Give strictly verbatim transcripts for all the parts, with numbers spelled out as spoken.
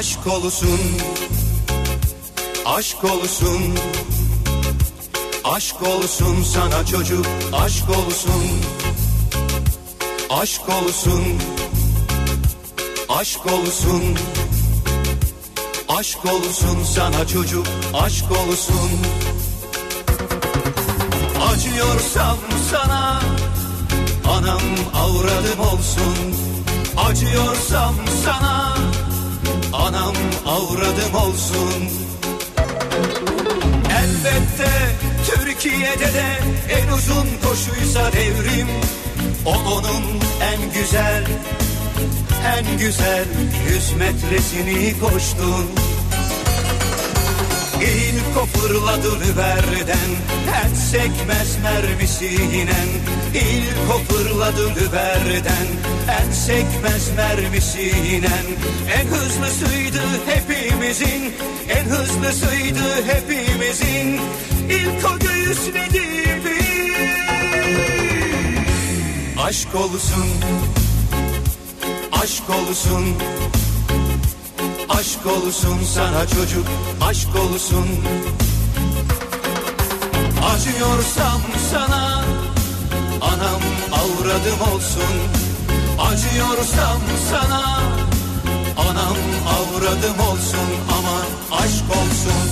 Aşk olsun, aşk olsun, aşk olsun sana çocuk, aşk olsun, aşk olsun, aşk olsun, aşk olsun sana çocuk, aşk olsun. Acıyorsam sana, anam avradım olsun. Acıyorsam sana, anam avradım olsun. Elbette Türkiye'de de en uzun koşuysa devrim, o onun en güzel, en güzel yüz metresini koştun. İlk o fırladı Lüber'den, en sekmez mermisinen. İlk o fırladı Lüber'den, en sekmez mermisinen. En hızlısıydı hepimizin, en hızlısıydı hepimizin. İlk o göğüsledi bir. Aşk olsun, aşk olsun, aşk olsun sana çocuk, aşk olsun. Acıyorsam sana, anam avradım olsun. Acıyorsam sana, anam avradım olsun. Ama aşk olsun.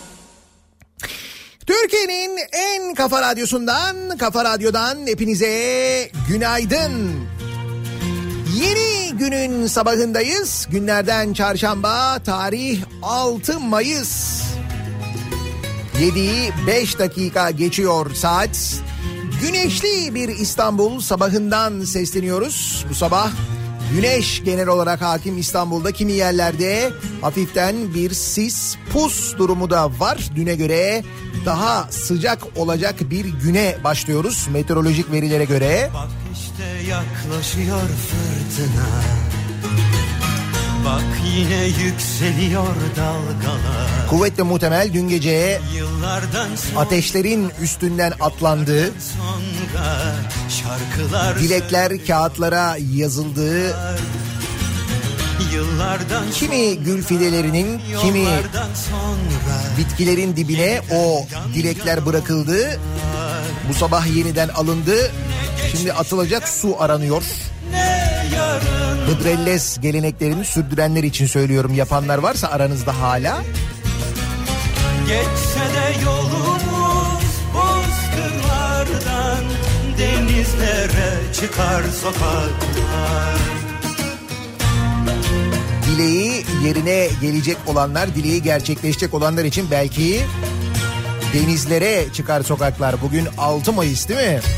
Türkiye'nin en kafa radyosundan, Kafa Radyo'dan hepinize günaydın. Yeni günün sabahındayız. Günlerden çarşamba, tarih altı Mayıs. yediyi beş dakika geçiyor saat. Güneşli bir İstanbul sabahından sesleniyoruz. Bu sabah güneş genel olarak hakim İstanbul'da, kimi yerlerde hafiften bir sis, pus durumu da var. Düne göre daha sıcak olacak bir güne başlıyoruz meteorolojik verilere göre. Bak işte yaklaşıyor fırtına. Bak yine yükseliyor dalgalar. Kuvvetle muhtemel dün gece ateşlerin üstünden atlandığı, dilekler kağıtlara yazıldığı, kimi gül fidelerinin, kimi bitkilerin dibine o dilekler bırakıldı. Bu sabah yeniden alındı. Şimdi atılacak su aranıyor. Hıdrellez geleneklerini sürdürenler için söylüyorum. Yapanlar varsa aranızda hala. Geçse de yolumuz bozkırlardan, denizlere çıkar sokaklar. Dileği yerine gelecek olanlar, dileği gerçekleşecek olanlar için belki denizlere çıkar sokaklar. Bugün altı Mayıs değil mi?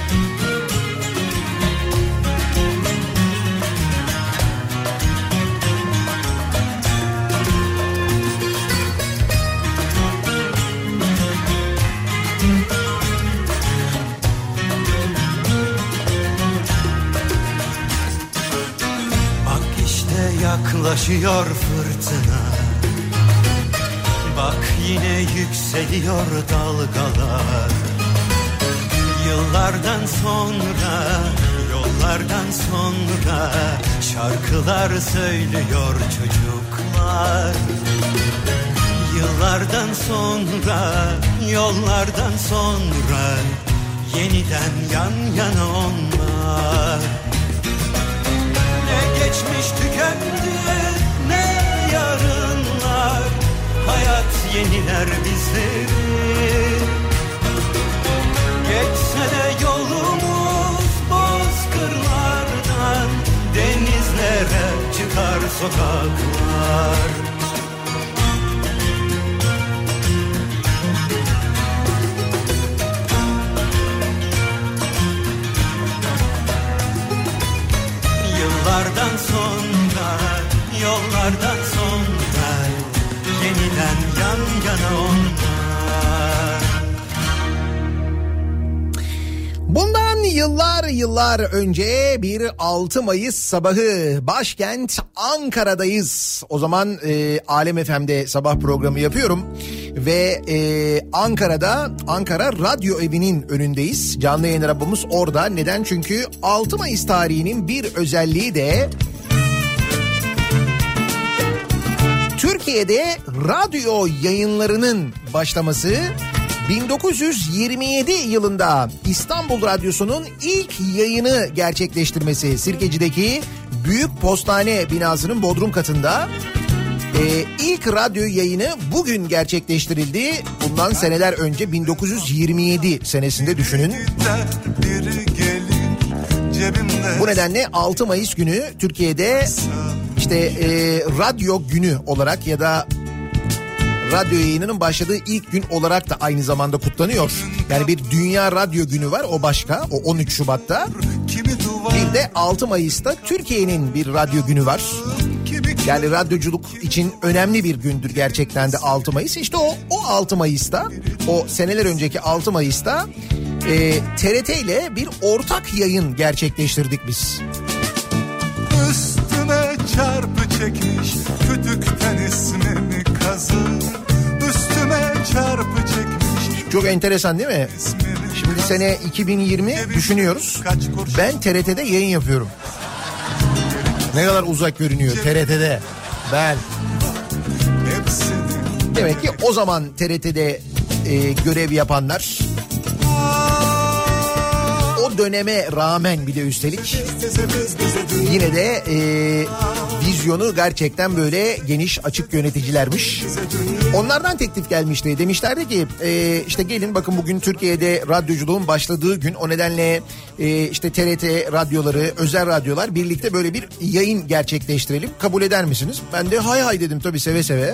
Yaklaşıyor fırtına. Bak yine yükseliyor dalgalar. Yıllardan sonra, yollardan sonra şarkılar söylüyor çocuklar. Yıllardan sonra, yollardan sonra yeniden yan yana onlar. Ne geçmiş tükendi, ne yarınlar. Hayat yeniler bizleri. Geçse de yolumuz bozkırlardan, denizlere çıkar sokaklar. Yollardan sonra, yollardan sonra yeniden yan yana onlar. Bundan yıllar yıllar önce bir altı Mayıs sabahı başkent Ankara'dayız. O zaman e, Alem F M'de sabah programı yapıyorum ve e, Ankara'da Ankara Radyo Evi'nin önündeyiz. Canlı yayın arabamız orada. Neden? Çünkü altı Mayıs tarihinin bir özelliği de Türkiye'de radyo yayınlarının başlaması bin dokuz yüz yirmi yedi yılında İstanbul Radyosu'nun ilk yayını gerçekleştirmesi Sirkeci'deki Büyük Postane binasının bodrum katında. Ee, ilk radyo yayını bugün gerçekleştirildi. Bundan seneler önce bin dokuz yüz yirmi yedi senesinde düşünün. Bu nedenle altı Mayıs günü Türkiye'de işte e, radyo günü olarak ya da radyo yayınının başladığı ilk gün olarak da aynı zamanda kutlanıyor. Yani bir Dünya Radyo Günü var, o başka, o on üç Şubat'ta. Bir de altı Mayıs'ta Türkiye'nin bir radyo günü var. Yani radyoculuk için önemli bir gündür gerçekten de altı Mayıs. İşte o, o altı Mayıs'ta, o seneler önceki altı Mayıs'ta e, T R T ile bir ortak yayın gerçekleştirdik biz. Üstüme çarpı çekmiş, kütükten ismimi kazı. Üstüme çarpı çekmiş. Çok enteresan değil mi? Şimdi sene iki bin yirmi düşünüyoruz. Ben T R T'de yayın yapıyorum. Ne kadar uzak görünüyor T R T'de. Ben. Demek ki o zaman T R T'de e, görev yapanlar, o döneme rağmen bir de üstelik yine de e, vizyonu gerçekten böyle geniş, açık yöneticilermiş. Onlardan teklif gelmişti. Demişlerdi ki e, işte gelin bakın, bugün Türkiye'de radyoculuğun başladığı gün, o nedenle e, işte T R T radyoları, özel radyolar birlikte böyle bir yayın gerçekleştirelim. Kabul eder misiniz? Ben de hay hay dedim tabii, seve seve.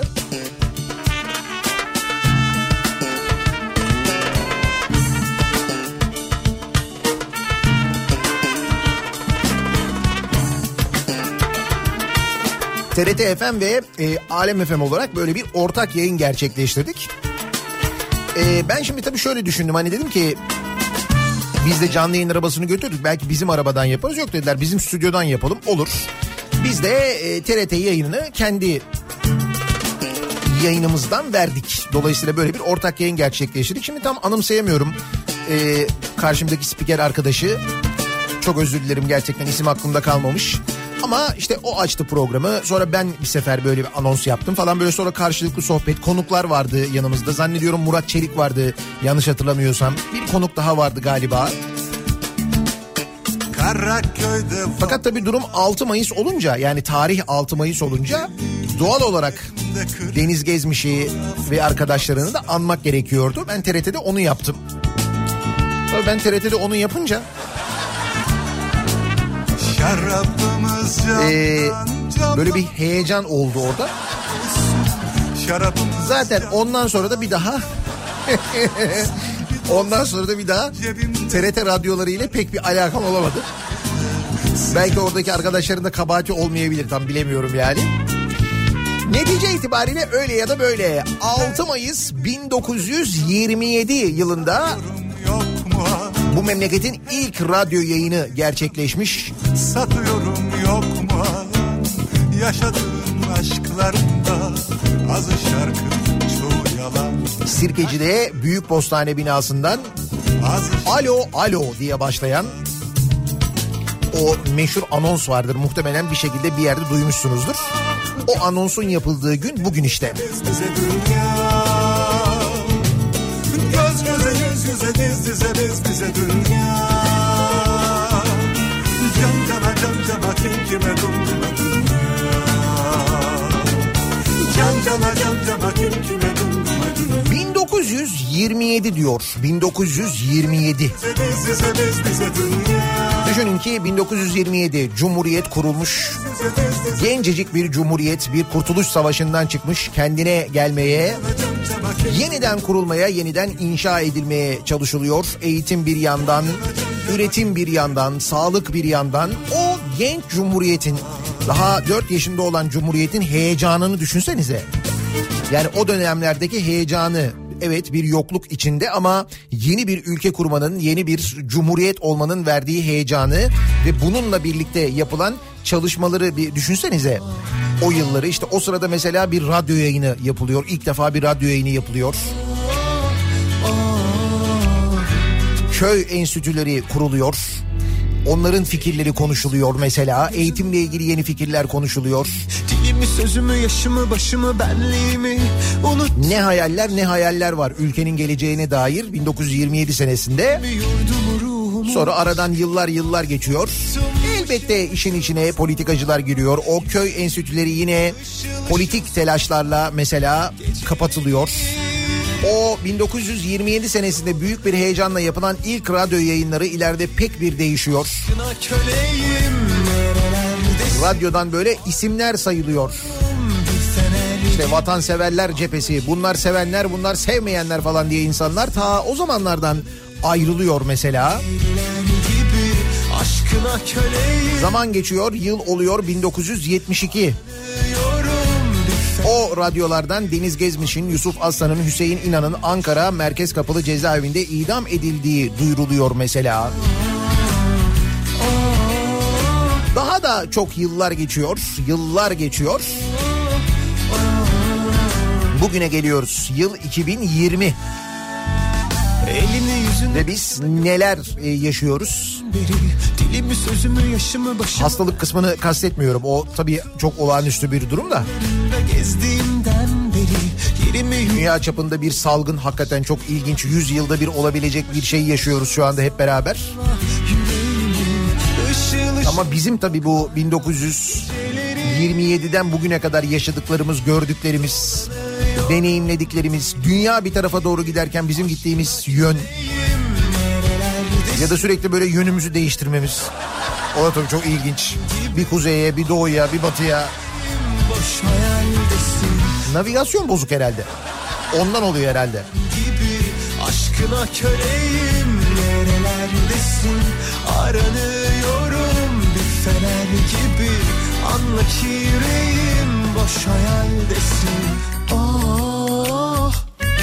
T R T F M ve e, Alem F M olarak böyle bir ortak yayın gerçekleştirdik. E, ben şimdi tabii şöyle düşündüm, hani dedim ki biz de canlı yayın arabasını götürdük, belki bizim arabadan yaparız. Yok dediler, bizim stüdyodan yapalım. Olur. Biz de e, T R T yayınını kendi yayınımızdan verdik. Dolayısıyla böyle bir ortak yayın gerçekleştirdik. Şimdi tam anımsayamıyorum e, karşımdaki spiker arkadaşı. Çok özür dilerim, gerçekten isim aklımda kalmamış. Ama işte o açtı programı. Sonra ben bir sefer böyle bir anons yaptım falan, böyle sonra karşılıklı sohbet, konuklar vardı yanımızda. Zannediyorum Murat Çelik vardı, yanlış hatırlamıyorsam. Bir konuk daha vardı galiba. Fakat tabii durum altı Mayıs olunca, yani tarih altı Mayıs olunca doğal olarak Deniz Gezmiş'i ve arkadaşlarını da anmak gerekiyordu. Ben T R T'de onu yaptım. Tabii ben T R T'de onu yapınca Ee, böyle bir heyecan oldu orada. Zaten ondan sonra da bir daha ondan sonra da bir daha T R T radyoları ile pek bir alakam olamadı. Belki oradaki arkadaşların da kabahati olmayabilir, tam bilemiyorum yani. Netice itibariyle öyle ya da böyle altı Mayıs bin dokuz yüz yirmi yedi yılında bu memleketin ilk radyo yayını gerçekleşmiş. Satıyorum yok mu? Yaşadığım aşklarında azı şarkı çoğu yalan. Sirkeci'de Büyük Postane binasından alo alo diye başlayan o meşhur anons vardır. Muhtemelen bir şekilde bir yerde duymuşsunuzdur. O anonsun yapıldığı gün bugün işte. Göz göze yüz yüze diz dize diz dize dünya. Can cana can cana kim kime dumduma dünya. Can cana can cana kim kime dumduma dünya. bin dokuz yüz yirmi yedi diyor. bin dokuz yüz yirmi yedi. Diz dize diz dize dünya. Düşünün ki bin dokuz yüz yirmi yedi Cumhuriyet kurulmuş. Gencecik bir cumhuriyet, bir kurtuluş savaşından çıkmış, kendine gelmeye, yeniden kurulmaya, yeniden inşa edilmeye çalışılıyor. Eğitim bir yandan, üretim bir yandan, sağlık bir yandan. O genç cumhuriyetin, daha dört yaşında olan cumhuriyetin heyecanını düşünsenize. Yani o dönemlerdeki heyecanı, evet bir yokluk içinde ama yeni bir ülke kurmanın, yeni bir cumhuriyet olmanın verdiği heyecanı ve bununla birlikte yapılan çalışmaları bir düşünsenize. O yılları, işte o sırada mesela bir radyo yayını yapılıyor. İlk defa bir radyo yayını yapılıyor. Köy enstitüleri kuruluyor. Onların fikirleri konuşuluyor mesela. Eğitimle ilgili yeni fikirler konuşuluyor. Dilimi, sözümü, yaşımı, başımı, benliğimi unut. Ne hayaller ne hayaller var ülkenin geleceğine dair bin dokuz yüz yirmi yedi senesinde. Sonra aradan yıllar yıllar geçiyor. Elbette işin içine politikacılar giriyor. O köy enstitüleri yine politik telaşlarla mesela kapatılıyor. O bin dokuz yüz yirmi yedi senesinde büyük bir heyecanla yapılan ilk radyo yayınları ileride pek bir değişiyor. Radyodan böyle isimler sayılıyor. İşte vatanseverler cephesi, bunlar sevenler, bunlar sevmeyenler falan diye insanlar ta o zamanlardan ayrılıyor mesela. Zaman geçiyor, yıl oluyor bin dokuz yüz yetmiş iki. O radyolardan Deniz Gezmiş'in, Yusuf Aslan'ın, Hüseyin İnan'ın Ankara Merkez Kapalı Cezaevinde idam edildiği duyuruluyor mesela. Daha da çok yıllar geçiyor, yıllar geçiyor. Bugüne geliyoruz. Yıl iki bin yirmi. Ve biz neler e, yaşıyoruz? Dilimi, sözümü, yaşımı, başımı. Hastalık kısmını kastetmiyorum. O tabii çok olağanüstü bir durum da. Dünya çapında bir salgın, hakikaten çok ilginç. yüz yılda bir olabilecek bir şey yaşıyoruz şu anda hep beraber. Ama bizim tabii bu bin dokuz yüz yirmi yediden bugüne kadar yaşadıklarımız, gördüklerimiz, deneyimlediklerimiz, dünya bir tarafa doğru giderken bizim gittiğimiz yön ya da sürekli böyle yönümüzü değiştirmemiz, o da tabii çok ilginç. Bir kuzeye, bir doğuya, bir batıya. Navigasyon bozuk herhalde. Ondan oluyor herhalde. Aşkına köleyim, nerelerdesin? Aranıyorum bir fener gibi. Anla ki yüreğim boş hayaldesin. Oh,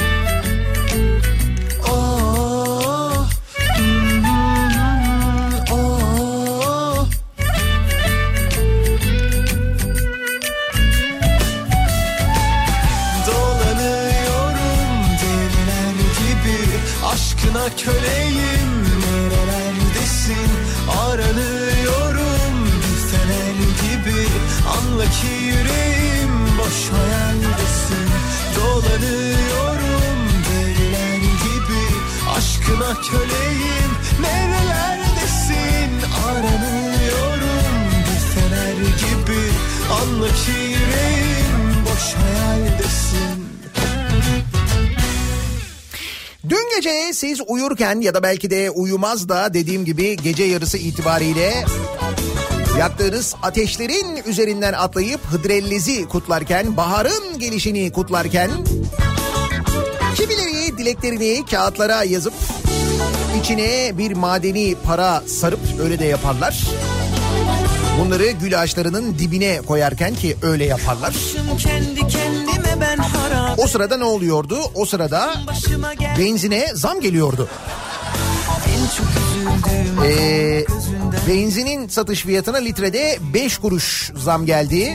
oh, mm, oh. Dolanıyorum deliler gibi. Aşkına köleyim, nerelerdesin? Aranıyorum bir fener gibi. Anla ki yüreğim boş hayaldesin. Dolanıyorum deliler gibi. Aşkına köleyim, nerelerdesin? Aranıyorum bir fener gibi. Anla ki yüreğim boş hayaldesin. Dün gece siz uyurken ya da belki de uyumaz da dediğim gibi gece yarısı itibariyle yaktığınız ateşlerin üzerinden atlayıp Hıdrellez'i kutlarken, baharın gelişini kutlarken, kimileri dileklerini kağıtlara yazıp içine bir madeni para sarıp öyle de yaparlar. Bunları gül ağaçlarının dibine koyarken, ki öyle yaparlar. Kendi kendime ben harap. O sırada ne oluyordu? O sırada benzine zam geliyordu. Ee, benzinin satış fiyatına litrede beş kuruş zam geldi.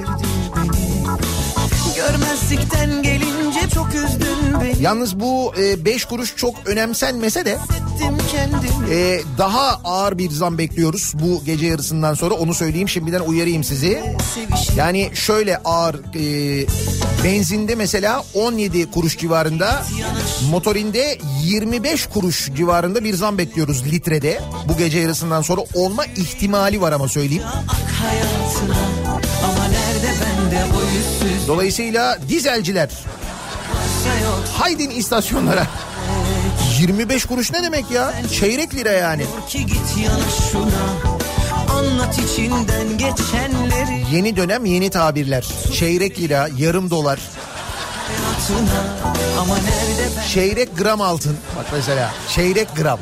Görmezlikten gelince çok üzdün beni. Yalnız bu e, beş kuruş çok önemsenmese de e, daha ağır bir zam bekliyoruz bu gece yarısından sonra, onu söyleyeyim, şimdiden uyarayım sizi. Yani şöyle ağır, e, benzinde mesela on yedi kuruş civarında, motorinde yirmi beş kuruş civarında bir zam bekliyoruz litrede. Bu gece yarısından sonra olma ihtimali var ama söyleyeyim. Dolayısıyla dizelciler, haydin istasyonlara. yirmi beş kuruş ne demek ya? Çeyrek lira yani. Yeni dönem yeni tabirler. Çeyrek lira, yarım dolar. Çeyrek gram altın. Bak mesela çeyrek gram.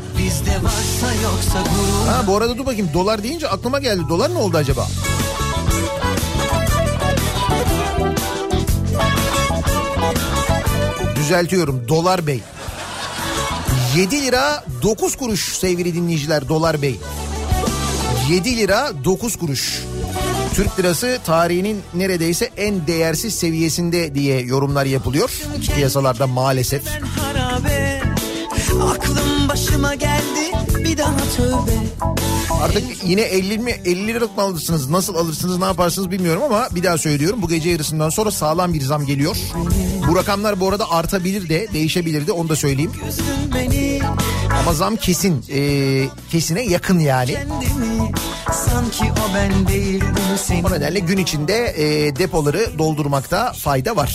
Ha, bu arada dur bakayım, dolar deyince aklıma geldi. Dolar ne oldu acaba? Düzeltiyorum, dolar bey. yedi lira dokuz kuruş sevgili dinleyiciler, dolar bey. yedi lira dokuz kuruş. Türk lirası tarihinin neredeyse en değersiz seviyesinde diye yorumlar yapılıyor piyasalarda maalesef. Harabe, aklım başıma geldi, bir daha tövbe. Artık yine elli mi elli liralık mı alırsınız, nasıl alırsınız, ne yaparsınız bilmiyorum ama bir daha söylüyorum, bu gece yarısından sonra sağlam bir zam geliyor. Bu rakamlar bu arada artabilir de, değişebilir de, onu da söyleyeyim. Ama zam kesin, e, kesine yakın yani. Kendimi, sanki o ben değildim senin. O nedenle gün içinde e, depoları doldurmakta fayda var.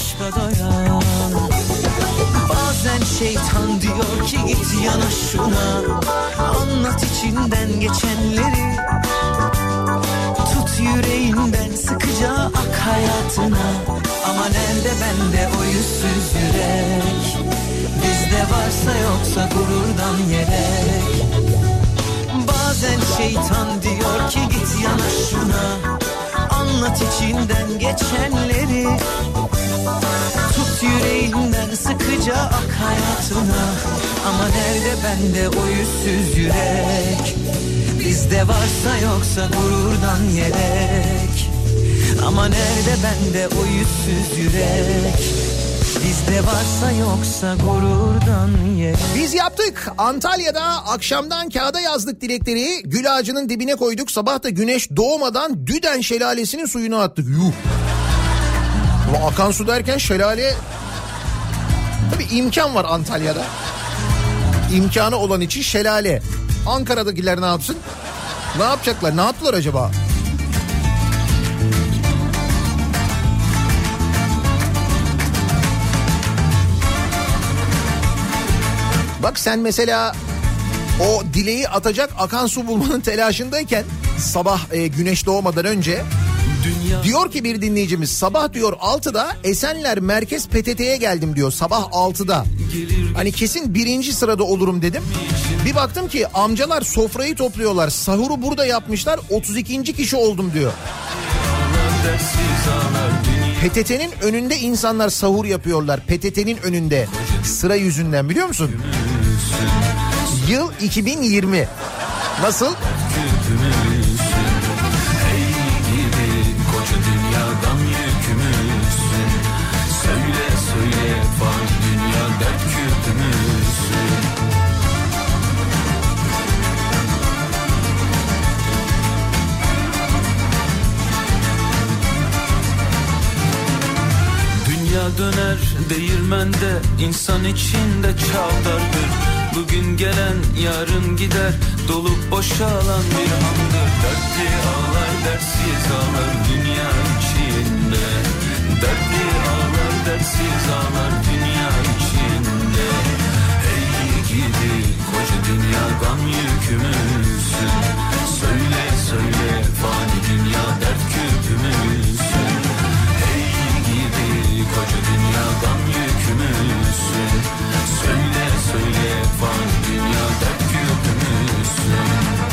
Bazen şeytan diyor ki git yana şuna, anlat içinden geçenleri, tut yüreğinden sıkıca ak hayatına. Ama nerede bende o yüzsüz yürek, bizde varsa yoksa gururdan yelek. Bazen şeytan diyor ki git yana şuna, anlat içinden geçenleri, tut yüreğinden sıkıca ak hayatına. Ama nerede bende o yüzsüz yürek, bizde varsa yoksa gururdan yelek. Ama nerede bende o yüzsüz yürek, bizde varsa yoksa gururdan yelek. Biz yaptık. Antalya'da akşamdan kağıda yazdık dilekleri. Gül ağacının dibine koyduk. Sabah da güneş doğmadan Düden Şelalesi'nin suyunu attık. Yuh. Ama akan su derken şelale... Tabii imkan var Antalya'da. İmkanı olan için şelale. Ankara'dakiler ne yapsın? Ne yapacaklar? Ne yaptılar acaba? Bak sen mesela o dileği atacak akan su bulmanın telaşındayken sabah e, güneş doğmadan önce Dünya... diyor ki bir dinleyicimiz, sabah diyor altıda Esenler Merkez P T T'ye geldim diyor, sabah altıda. Hani kesin birinci sırada olurum dedim. Bir baktım ki amcalar sofrayı topluyorlar, sahuru burada yapmışlar, otuz ikinci kişi oldum diyor. P T T'nin önünde insanlar sahur yapıyorlar, P T T'nin önünde, sıra yüzünden, biliyor musun? Yıl iki bin yirmi. Nasıl? Söyle söyle fani dünya dert kürdümüzsün. Dünya döner değirmende, insan içinde çavdardır. Bugün gelen yarın gider, dolup boşalan bir andır. Dertli ağlar dertsiz ağlar dünya içinde. Dertli ağlar dertsiz ağlar dünya içinde. Ey gidi koca dünya gam yükümüzsün. Söyle söyle fani dünya dert küpümüzsün. Ey gidi koca dünya gam yükümüzsün. Söyle söyle fani dünya dert küpümüzsün.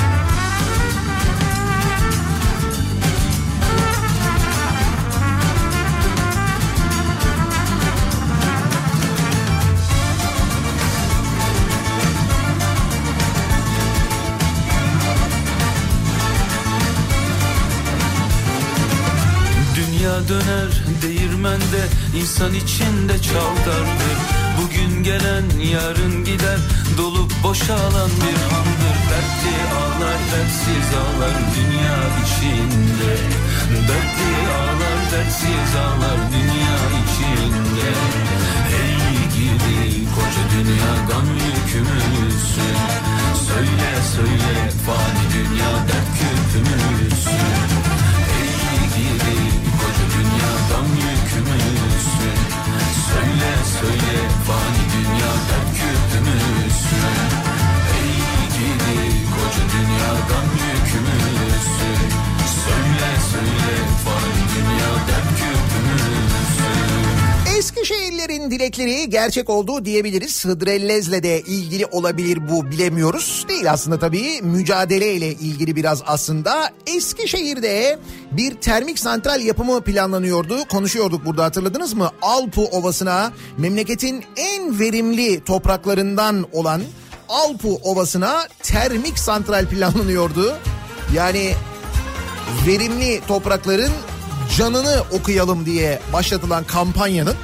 Dünya döner değirmende, insan içinde çavdardır. Bugün gelen yarın gider, dolup boşalan bir handır. Dertli ağlar dertsiz ağlar dünya içinde. Dertli ağlar dertsiz ağlar dünya içinde. Ey gidi koca dünya gam yükümüzsün. Söyle söyle fani dünya dert küpümüzsün. Ey gidi koca dünya gam yükümüzsün. Söyle söyle fani dünya dert küpümüzsün. Ey gidi koca dünya gam yükümüzsün. Söyle söyle fani dünya dert küpümüzsün. Eskişehirlerin dilekleri gerçek oldu diyebiliriz. Hıdrellez'le de ilgili olabilir bu, bilemiyoruz. Değil aslında tabii, mücadeleyle ilgili biraz aslında. Eskişehir'de bir termik santral yapımı planlanıyordu. Konuşuyorduk burada, hatırladınız mı? Alpu Ovası'na, memleketin en verimli topraklarından olan Alpu Ovası'na termik santral planlanıyordu. Yani verimli toprakların canını okuyalım diye başlatılan kampanyanın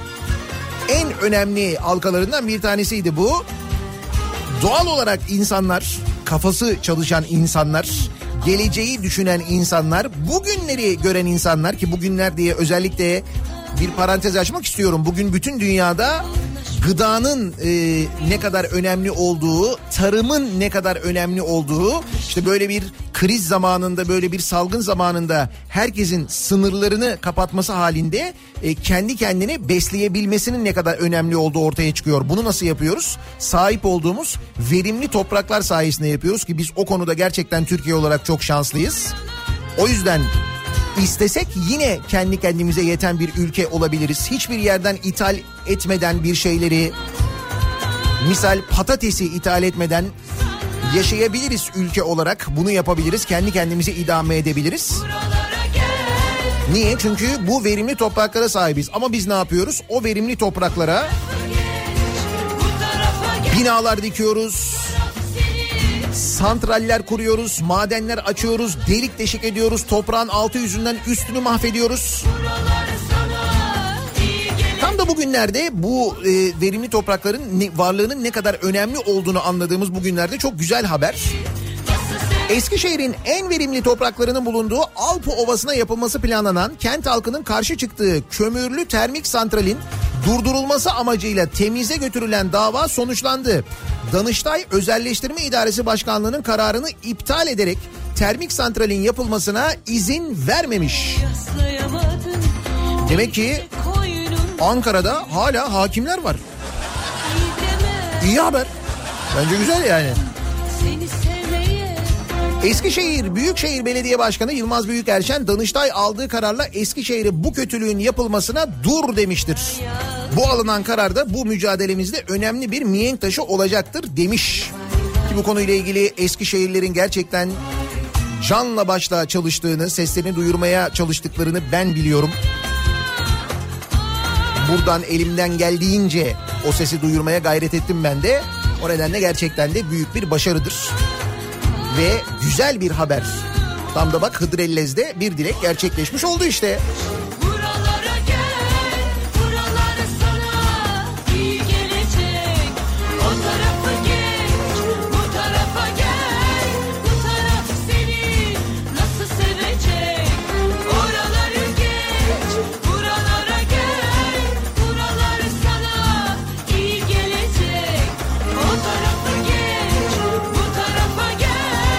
en önemli halkalarından bir tanesiydi bu. Doğal olarak insanlar kafası çalışan insanlar, geleceği düşünen insanlar, bugünleri gören insanlar ki bugünler diye özellikle bir parantez açmak istiyorum. Bugün bütün dünyada gıdanın e, ne kadar önemli olduğu, tarımın ne kadar önemli olduğu, işte böyle bir kriz zamanında, böyle bir salgın zamanında herkesin sınırlarını kapatması halinde e, kendi kendini besleyebilmesinin ne kadar önemli olduğu ortaya çıkıyor. Bunu nasıl yapıyoruz? Sahip olduğumuz verimli topraklar sayesinde yapıyoruz ki biz o konuda gerçekten Türkiye olarak çok şanslıyız. O yüzden İstesek yine kendi kendimize yeten bir ülke olabiliriz. Hiçbir yerden ithal etmeden bir şeyleri, misal patatesi ithal etmeden yaşayabiliriz ülke olarak. Bunu yapabiliriz. Kendi kendimizi idame edebiliriz. Niye? Çünkü bu verimli topraklara sahibiz. Ama biz ne yapıyoruz? O verimli topraklara binalar dikiyoruz, santraller kuruyoruz, madenler açıyoruz, delik deşik ediyoruz, toprağın altı yüzünden üstünü mahvediyoruz. Tam da bugünlerde bu e, verimli toprakların ne, varlığının ne kadar önemli olduğunu anladığımız bugünlerde çok güzel haber. Eskişehir'in en verimli topraklarının bulunduğu Alpu Ovası'na yapılması planlanan kent halkının karşı çıktığı kömürlü termik santralin durdurulması amacıyla temize götürülen dava sonuçlandı. Danıştay Özelleştirme İdaresi Başkanlığı'nın kararını iptal ederek termik santralin yapılmasına izin vermemiş. Demek ki Ankara'da hala hakimler var. İyi haber. Bence güzel yani. Eskişehir Büyükşehir Belediye Başkanı Yılmaz Büyükerşen, Danıştay aldığı kararla Eskişehir'e bu kötülüğün yapılmasına dur demiştir. Bu alınan karar da bu mücadelemizde önemli bir mihenk taşı olacaktır demiş. Ki bu konuyla ilgili Eskişehirlilerin gerçekten canla başla çalıştığını, seslerini duyurmaya çalıştıklarını ben biliyorum. Buradan elimden geldiğince o sesi duyurmaya gayret ettim ben de. O nedenle gerçekten de büyük bir başarıdır. Ve güzel bir haber. Tam da bak Hıdrellez'de bir dilek gerçekleşmiş oldu işte. Buralara gel, buralara sana iyi gelecek. O tarafa geç, bu tarafa gel. Bu taraf seni nasıl sevecek? Oraları geç, buralara gel. Buraları sana iyi gelecek. O tarafa geç, bu tarafa gel.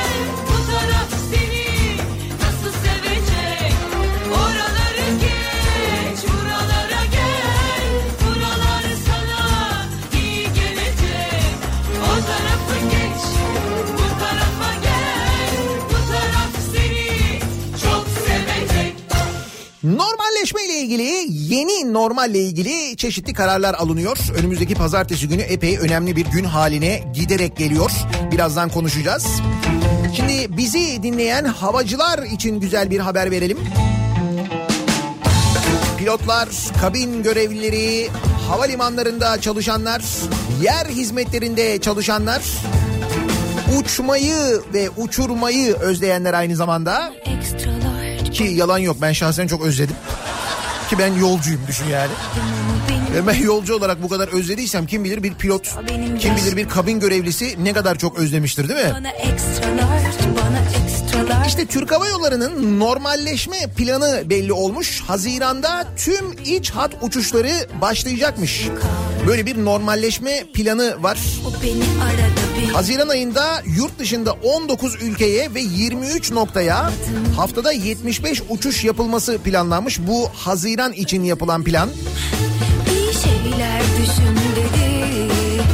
Normalleşme ile ilgili, yeni normalle ilgili çeşitli kararlar alınıyor. Önümüzdeki pazartesi günü epey önemli bir gün haline giderek geliyor. Birazdan konuşacağız. Şimdi bizi dinleyen havacılar için güzel bir haber verelim. Pilotlar, kabin görevlileri, havalimanlarında çalışanlar, yer hizmetlerinde çalışanlar, uçmayı ve uçurmayı özleyenler aynı zamanda. Ki yalan yok, ben şahsen çok özledim. Ki ben yolcuyum, düşün yani. Ve ben yolcu olarak bu kadar özlediysem kim bilir bir pilot, kim bilir bir kabin görevlisi ne kadar çok özlemiştir, değil mi? İşte Türk Hava Yolları'nın normalleşme planı belli olmuş. Haziran'da tüm iç hat uçuşları başlayacakmış. Böyle bir normalleşme planı var. Haziran ayında yurt dışında on dokuz ülkeye ve yirmi üç noktaya haftada yetmiş beş uçuş yapılması planlanmış. Bu Haziran için yapılan plan. İyi şeyler düşün dedi.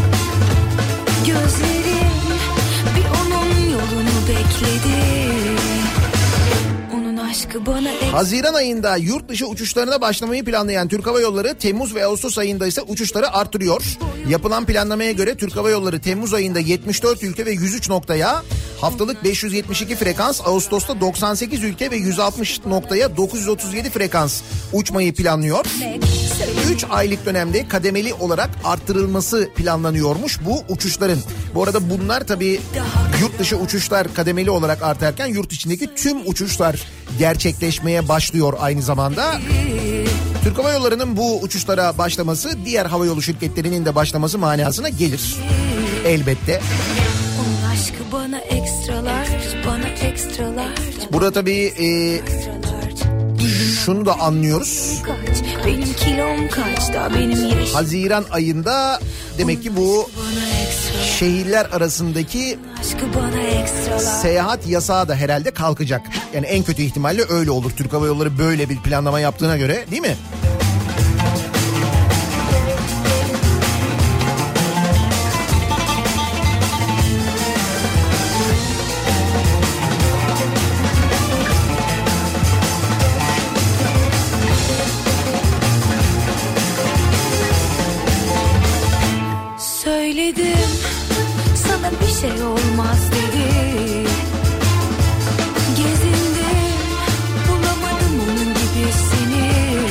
Gözlerim bir onun yolunu bekledi. Onun aşkı bana ek... Haziran ayında yurt dışı uçuşlarına başlamayı planlayan Türk Hava Yolları Temmuz ve Ağustos ayında ise uçuşları artırıyor. Yapılan planlamaya göre Türk Hava Yolları Temmuz ayında yetmiş dört ülke ve yüz üç noktaya haftalık beş yüz yetmiş iki frekans, Ağustos'ta doksan sekiz ülke ve yüz altmış noktaya dokuz yüz otuz yedi frekans uçmayı planlıyor. üç aylık dönemde kademeli olarak arttırılması planlanıyormuş bu uçuşların. Bu arada bunlar tabii yurt dışı uçuşlar kademeli olarak artarken yurt içindeki tüm uçuşlar gerçekleşmeye başlıyor aynı zamanda. Türk Hava Yolları'nın bu uçuşlara başlaması diğer havayolu şirketlerinin de başlaması manasına gelir elbette. aşkı bana ekstralar, bana ekstralar. Burada tabii e, şunu da anlıyoruz. Kaç, benim kilom kaç da benim yaşım. Haziran ayında demek ki bu şehirler arasındaki seyahat yasağı da herhalde kalkacak. Yani en kötü ihtimalle öyle olur. Türk Hava Yolları böyle bir planlama yaptığına göre, değil mi? Söyledim sana bir şey olmaz dedi. Gezindim bulamadım onun gibisini.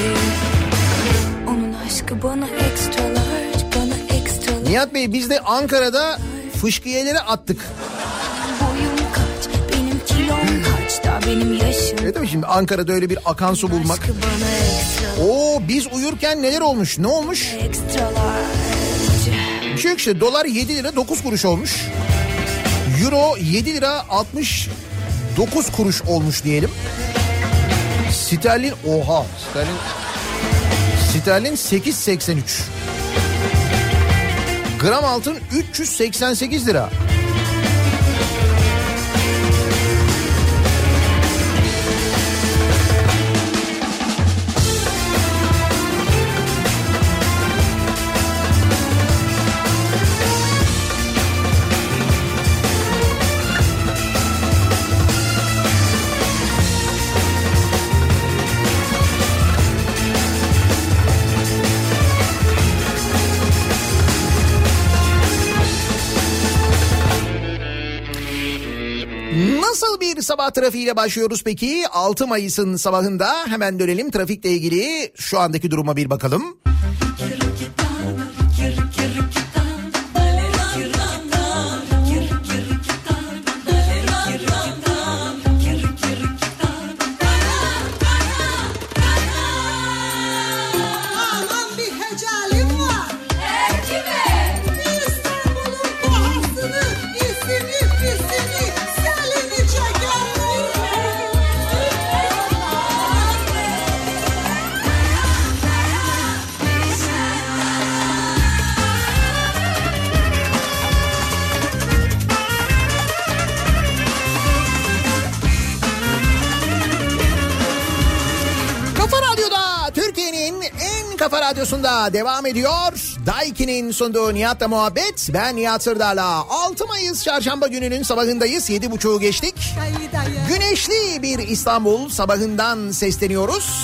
Onun aşkı bana ekstralar, bana ekstralar. Nihat Bey, biz de Ankara'da fışkiyeleri attık. Boyum kaç, benim kilom kaç da benim yaşım. Evet mi şimdi Ankara'da öyle bir akan su bulmak. Oo, biz uyurken neler olmuş, ne olmuş? Ekstralar. Bir şey yok işte, dolar yedi lira dokuz kuruş olmuş. Euro yedi lira altmış dokuz kuruş olmuş diyelim. Sterlin, oha sterlin, sterlin sekiz seksen üç. Gram altın üç yüz seksen sekiz lira. Nasıl bir sabah trafiğiyle başlıyoruz peki? altı Mayıs'ın sabahında hemen dönelim, trafikle ilgili şu andaki duruma bir bakalım. Kafa Radyosu'nda devam ediyor. Daiki'nin sunduğu Nihat'la muhabbet. Ben Nihat Sırdar'la. altı Mayıs çarşamba gününün sabahındayız. yedi buçuğu geçtik. Güneşli bir İstanbul sabahından sesleniyoruz.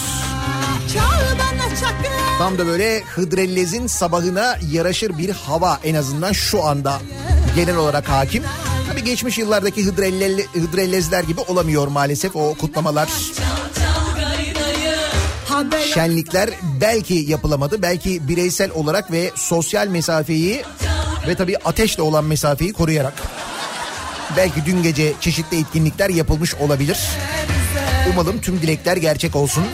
Tam da böyle Hıdrellez'in sabahına yaraşır bir hava en azından şu anda genel olarak hakim. Tabii geçmiş yıllardaki Hıdrellez, Hıdrellezler gibi olamıyor maalesef o kutlamalar. Şenlikler belki yapılamadı. Belki bireysel olarak ve sosyal mesafeyi ve tabii ateşle olan mesafeyi koruyarak. Belki dün gece çeşitli etkinlikler yapılmış olabilir. Umalım tüm dilekler gerçek olsun.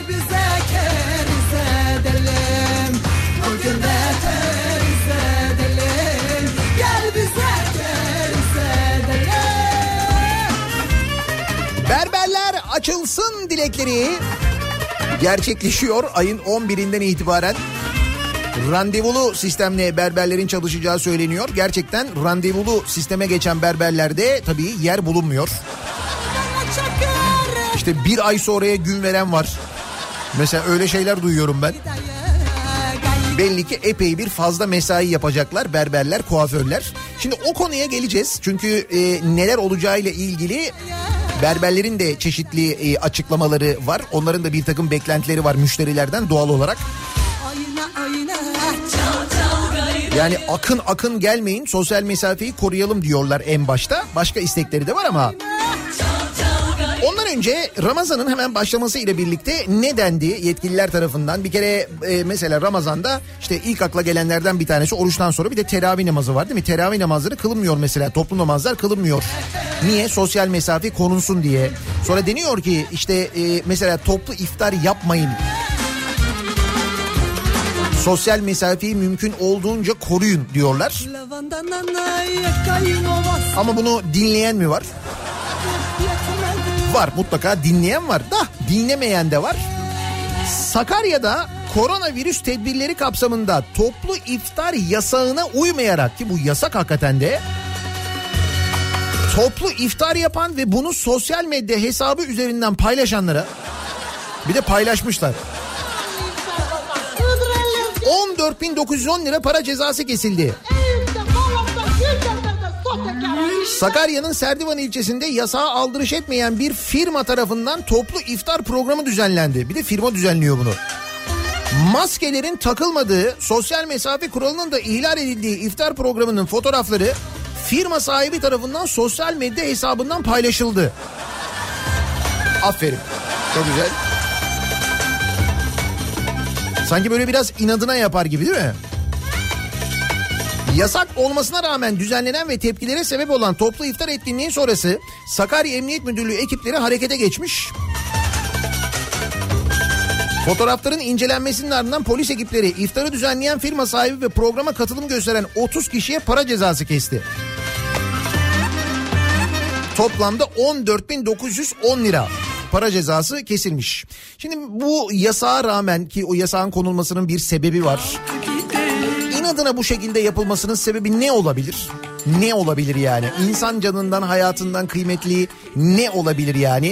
Berberler açılsın dilekleri gerçekleşiyor. Ayın on birinden itibaren randevulu sistemle berberlerin çalışacağı söyleniyor. Gerçekten randevulu sisteme geçen berberlerde tabii yer bulunmuyor. İşte bir ay sonraya gün veren var. Mesela öyle şeyler duyuyorum ben. Belli ki epey bir fazla mesai yapacaklar berberler, kuaförler. Şimdi o konuya geleceğiz. Çünkü e, neler olacağıyla ilgili berberlerin de çeşitli e, açıklamaları var. Onların da bir takım beklentileri var müşterilerden doğal olarak. Yani akın akın gelmeyin, sosyal mesafeyi koruyalım diyorlar en başta. Başka istekleri de var ama. Ondan önce Ramazan'ın hemen başlaması ile birlikte ne dendi yetkililer tarafından? Bir kere e, mesela Ramazan'da işte ilk akla gelenlerden bir tanesi oruçtan sonra bir de teravih namazı var, değil mi? Teravih namazları kılınmıyor mesela, toplu namazlar kılınmıyor. Niye? Sosyal mesafe korunsun diye. Sonra deniyor ki işte e, mesela toplu iftar yapmayın. Sosyal mesafeyi mümkün olduğunca koruyun diyorlar. Ama bunu dinleyen mi var? Var, mutlaka dinleyen var da dinlemeyen de var. Sakarya'da koronavirüs tedbirleri kapsamında toplu iftar yasağına uymayarak, ki bu yasak hakikaten de, toplu iftar yapan ve bunu sosyal medya hesabı üzerinden paylaşanlara, bir de paylaşmışlar, on dört bin dokuz yüz on lira para cezası kesildi. Sakarya'nın Serdivan ilçesinde yasağa aldırış etmeyen bir firma tarafından toplu iftar programı düzenlendi. Bir de firma düzenliyor bunu. Maskelerin takılmadığı, sosyal mesafe kuralının da ihlal edildiği iftar programının fotoğrafları firma sahibi tarafından sosyal medya hesabından paylaşıldı. Aferin. Çok güzel. Sanki böyle biraz inadına yapar gibi değil mi? Yasak olmasına rağmen düzenlenen ve tepkilere sebep olan toplu iftar etkinliği sonrası Sakarya Emniyet Müdürlüğü ekipleri harekete geçmiş. Fotoğrafların incelenmesinin ardından polis ekipleri iftarı düzenleyen firma sahibi ve programa katılım gösteren otuz kişiye para cezası kesti. Toplamda on dört bin dokuz yüz on lira para cezası kesilmiş. Şimdi bu yasağa rağmen, ki o yasağın konulmasının bir sebebi var. İnadına bu şekilde yapılmasının sebebi ne olabilir? Ne olabilir yani? İnsan canından, hayatından kıymetli ne olabilir yani?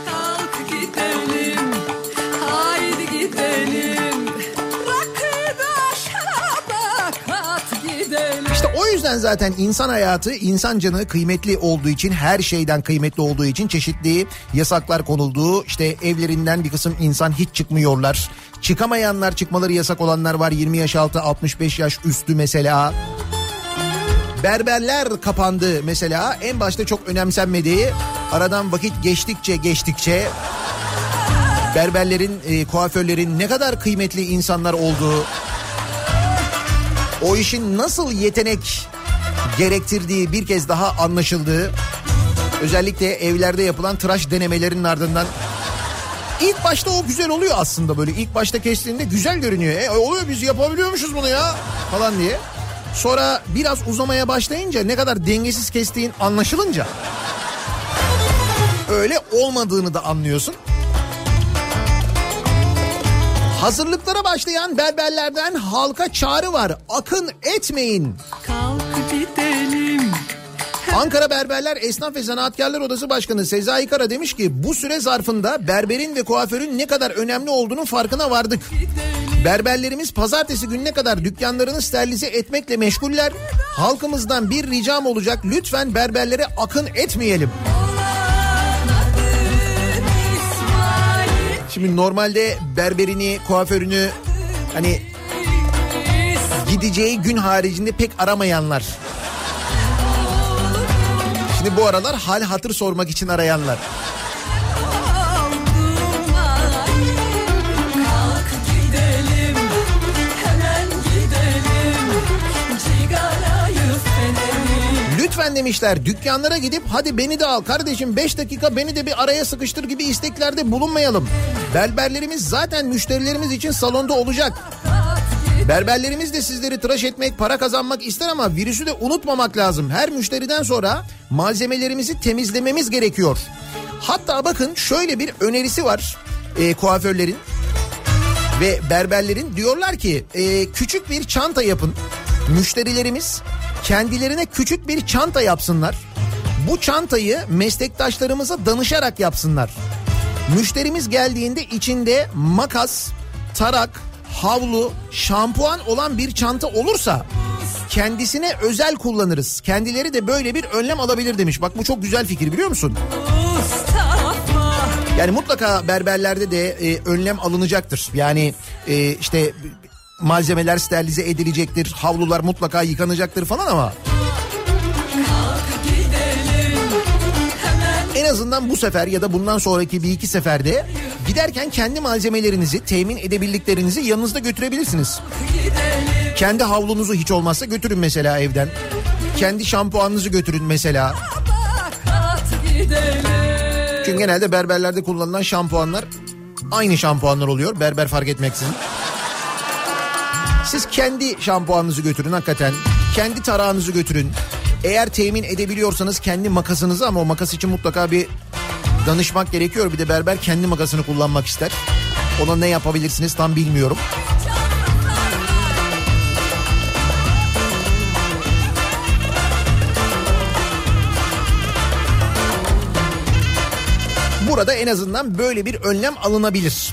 İşte o yüzden zaten insan hayatı, insan canı kıymetli olduğu için, her şeyden kıymetli olduğu için çeşitli yasaklar konulduğu, işte evlerinden bir kısım insan hiç çıkmıyorlar. Çıkamayanlar, çıkmaları yasak olanlar var, yirmi yaş altı, altmış beş yaş üstü mesela. Berberler kapandı mesela, en başta çok önemsenmediği, aradan vakit geçtikçe geçtikçe berberlerin, e, kuaförlerin ne kadar kıymetli insanlar olduğu, o işin nasıl yetenek gerektirdiği bir kez daha anlaşıldı. Özellikle evlerde yapılan tıraş denemelerinin ardından. İlk başta o güzel oluyor aslında, böyle ilk başta kestiğinde güzel görünüyor. E oluyor, biz yapabiliyormuşuz bunu ya falan diye. Sonra biraz uzamaya başlayınca, ne kadar dengesiz kestiğin anlaşılınca öyle olmadığını da anlıyorsun. Hazırlıklara başlayan berberlerden halka çağrı var. Akın etmeyin. Kalk gidelim. Ankara Berberler Esnaf ve Zanaatkarlar Odası Başkanı Sezai Kara demiş ki bu süre zarfında berberin ve kuaförün ne kadar önemli olduğunun farkına vardık. Berberlerimiz pazartesi gününe kadar dükkanlarını sterilize etmekle meşguller. Halkımızdan bir ricam olacak, lütfen berberlere akın etmeyelim. Şimdi normalde berberini, kuaförünü hani gideceği gün haricinde pek aramayanlar. Şimdi bu aralar hal hatır sormak için arayanlar. Lütfen demişler, dükkanlara gidip hadi beni de al kardeşim, beş dakika beni de bir araya sıkıştır gibi isteklerde bulunmayalım. Berberlerimiz zaten müşterilerimiz için salonda olacak. Berberlerimiz de sizleri tıraş etmek, para kazanmak ister ama virüsü de unutmamak lazım. Her müşteriden sonra malzemelerimizi temizlememiz gerekiyor. Hatta bakın şöyle bir önerisi var e, kuaförlerin ve berberlerin. Diyorlar ki e, küçük bir çanta yapın. Müşterilerimiz kendilerine küçük bir çanta yapsınlar. Bu çantayı meslektaşlarımıza danışarak yapsınlar. Müşterimiz geldiğinde içinde makas, tarak, havlu, şampuan olan bir çanta olursa kendisine özel kullanırız. Kendileri de böyle bir önlem alabilir demiş. Bak bu çok güzel fikir, biliyor musun? Yani mutlaka berberlerde de e, önlem alınacaktır. Yani e, işte malzemeler sterilize edilecektir, havlular mutlaka yıkanacaktır falan ama en azından bu sefer ya da bundan sonraki bir iki seferde giderken kendi malzemelerinizi temin edebildiklerinizi yanınızda götürebilirsiniz. Kendi havlunuzu hiç olmazsa götürün mesela evden. Kendi şampuanınızı götürün mesela. Çünkü genelde berberlerde kullanılan şampuanlar aynı şampuanlar oluyor, berber fark etmeksizin. Siz kendi şampuanınızı götürün hakikaten. Kendi tarağınızı götürün. Eğer temin edebiliyorsanız kendi makasınızı, ama o makas için mutlaka bir danışmak gerekiyor. Bir de berber kendi makasını kullanmak ister. Ona ne yapabilirsiniz tam bilmiyorum. Burada en azından böyle bir önlem alınabilir.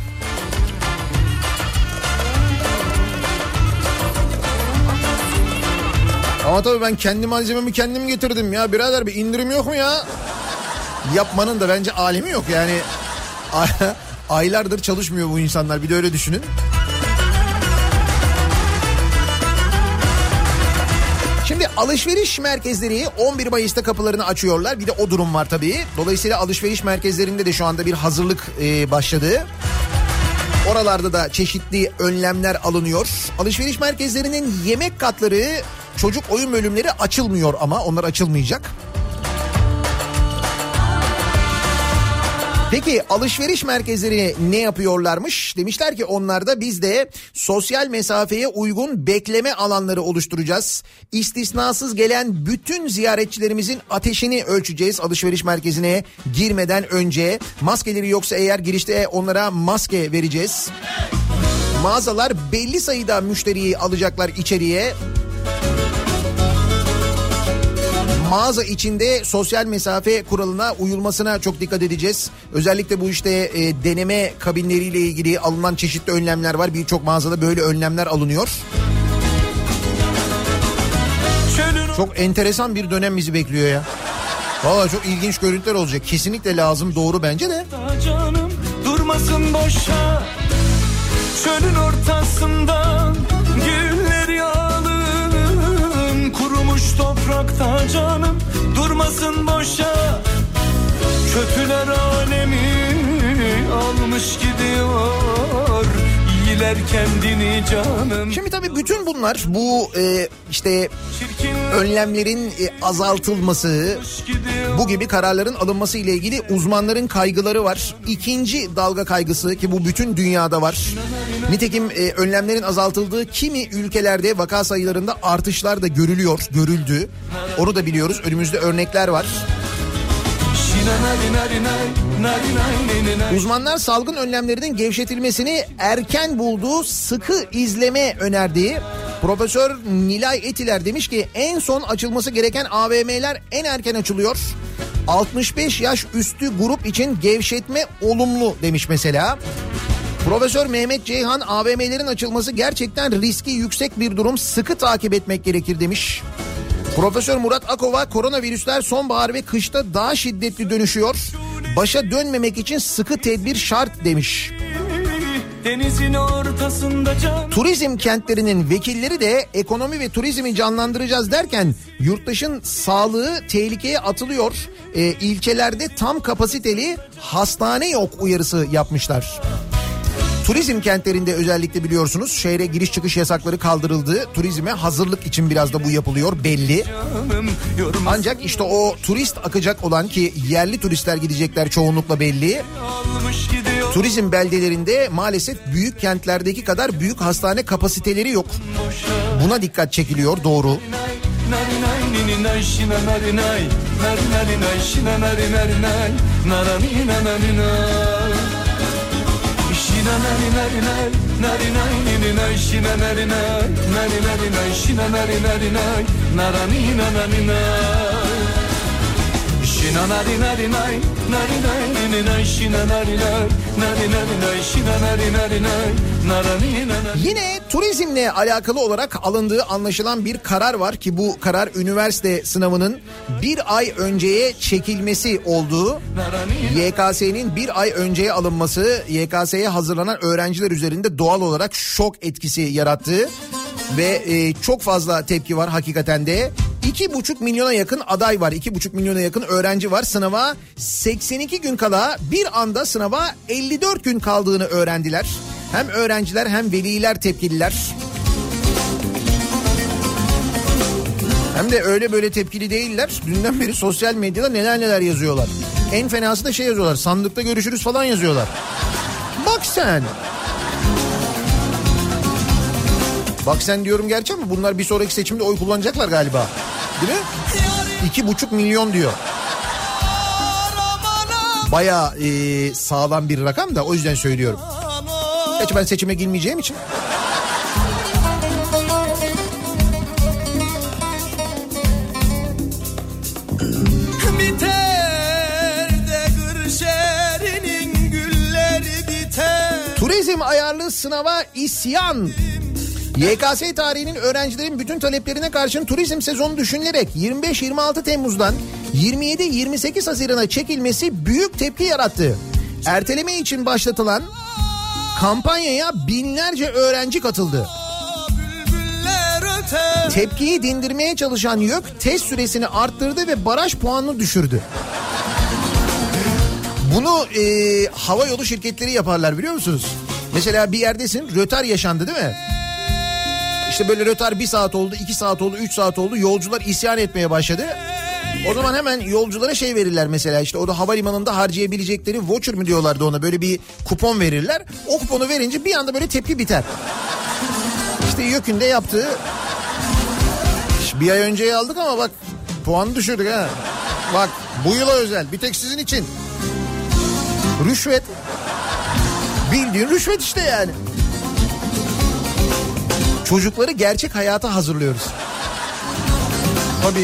Ama tabii ben kendi malzememi kendim getirdim ya birader, bir indirim yok mu ya? Yapmanın da bence alemi yok yani. Aylardır çalışmıyor bu insanlar, bir de öyle düşünün. Şimdi alışveriş merkezleri on bir Mayıs'ta kapılarını açıyorlar. Bir de o durum var tabii. Dolayısıyla alışveriş merkezlerinde de şu anda bir hazırlık e, başladı. Oralarda da çeşitli önlemler alınıyor. Alışveriş merkezlerinin yemek katları, çocuk oyun bölümleri açılmıyor ama onlar açılmayacak. Peki alışveriş merkezleri ne yapıyorlarmış? Demişler ki onlarda biz de sosyal mesafeye uygun bekleme alanları oluşturacağız. İstisnasız gelen bütün ziyaretçilerimizin ateşini ölçeceğiz alışveriş merkezine girmeden önce. Maskeleri yoksa eğer girişte onlara maske vereceğiz. Mağazalar belli sayıda müşteriyi alacaklar içeriye. Mağaza içinde sosyal mesafe kuralına uyulmasına çok dikkat edeceğiz. Özellikle bu işte e, deneme kabinleriyle ilgili alınan çeşitli önlemler var. Birçok mağazada böyle önlemler alınıyor. Çok enteresan bir dönem bizi bekliyor ya. Vallahi çok ilginç görüntüler olacak. Kesinlikle lazım, doğru bence de. Canım durmasın boşa, çölün ortasından güller yağalım, kurumuş toprakta canım durmasın boşa, kötüler alemi almış gidiyor, iyiler kendini canım. Şimdi tabii bütün bunlar, bu e, işte önlemlerin e, azaltılması, bu gibi kararların alınması ile ilgili uzmanların kaygıları var. İkinci dalga kaygısı, ki bu bütün dünyada var. Nitekim e, önlemlerin azaltıldığı kimi ülkelerde vaka sayılarında artışlar da görülüyor, görüldü. Onu da biliyoruz. Önümüzde örnekler var. Uzmanlar salgın önlemlerinin gevşetilmesini erken bulduğu sıkı izleme önerdiği. Profesör Nilay Etiler demiş ki en son açılması gereken A V M'ler en erken açılıyor. altmış beş yaş üstü grup için gevşetme olumlu demiş mesela. Profesör Mehmet Ceyhan A V M'lerin açılması gerçekten riski yüksek bir durum, sıkı takip etmek gerekir demiş. Profesör Murat Akova koronavirüsler sonbahar ve kışta daha şiddetli dönüşüyor. Başa dönmemek için sıkı tedbir şart demiş. Denizin ortasında can... Turizm kentlerinin vekilleri de ekonomi ve turizmi canlandıracağız derken yurttaşın sağlığı tehlikeye atılıyor. E, ilçelerde tam kapasiteli hastane yok uyarısı yapmışlar. Turizm kentlerinde özellikle biliyorsunuz şehre giriş çıkış yasakları kaldırıldı. Turizme hazırlık için biraz da bu yapılıyor belli. Ancak işte o turist akacak olan, ki yerli turistler gidecekler çoğunlukla belli. Turizm beldelerinde maalesef büyük kentlerdeki kadar büyük hastane kapasiteleri yok. Buna dikkat çekiliyor, doğru. Yine turizmle alakalı olarak alındığı anlaşılan bir karar var ki bu karar üniversite sınavının bir ay önceye çekilmesi oldu. Y K S'nin bir ay önceye alınması Y K S'ye hazırlanan öğrenciler üzerinde doğal olarak şok etkisi yarattı. Ve e, çok fazla tepki var hakikaten de. iki buçuk milyona yakın aday var. iki buçuk milyona yakın öğrenci var. Sınava seksen iki gün kala bir anda sınava elli dört gün kaldığını öğrendiler. Hem öğrenciler hem veliler tepkililer. Hem de öyle böyle tepkili değiller. Dünden beri sosyal medyada neler neler yazıyorlar. En fenası da şey yazıyorlar. Sandıkta görüşürüz falan yazıyorlar. Bak sen. Bak sen diyorum gerçek mi? Bunlar bir sonraki seçimde oy kullanacaklar galiba. Değil mi? İki buçuk milyon diyor. Bayağı e, sağlam bir rakam da o yüzden söylüyorum. Gerçi ben seçime girmeyeceğim için. Turizm ayarlı sınava isyan. Y K S tarihinin öğrencilerin bütün taleplerine karşın turizm sezonu düşünülerek yirmi beş yirmi altı Temmuz'dan yirmi yedi yirmi sekiz Haziran'a çekilmesi büyük tepki yarattı. Erteleme için başlatılan kampanyaya binlerce öğrenci katıldı. Tepkiyi dindirmeye çalışan YÖK test süresini arttırdı ve baraj puanını düşürdü. Bunu e, hava yolu şirketleri yaparlar biliyor musunuz? Mesela bir yerdesin, rötar yaşandı değil mi? İşte böyle rötar bir saat oldu, iki saat oldu, üç saat oldu. Yolcular isyan etmeye başladı. O zaman hemen yolculara şey verirler mesela, işte o da havalimanında harcayabilecekleri voucher mu diyorlardı ona, böyle bir kupon verirler. O kuponu verince bir anda böyle tepki biter. İşte YÖK'ün de yaptığı, bir ay önceye aldık ama bak puanı düşürdük ha. Bak bu yıla özel, bir tek sizin için. Rüşvet. Bildiğin rüşvet işte yani. Çocukları gerçek hayata hazırlıyoruz. Tabii.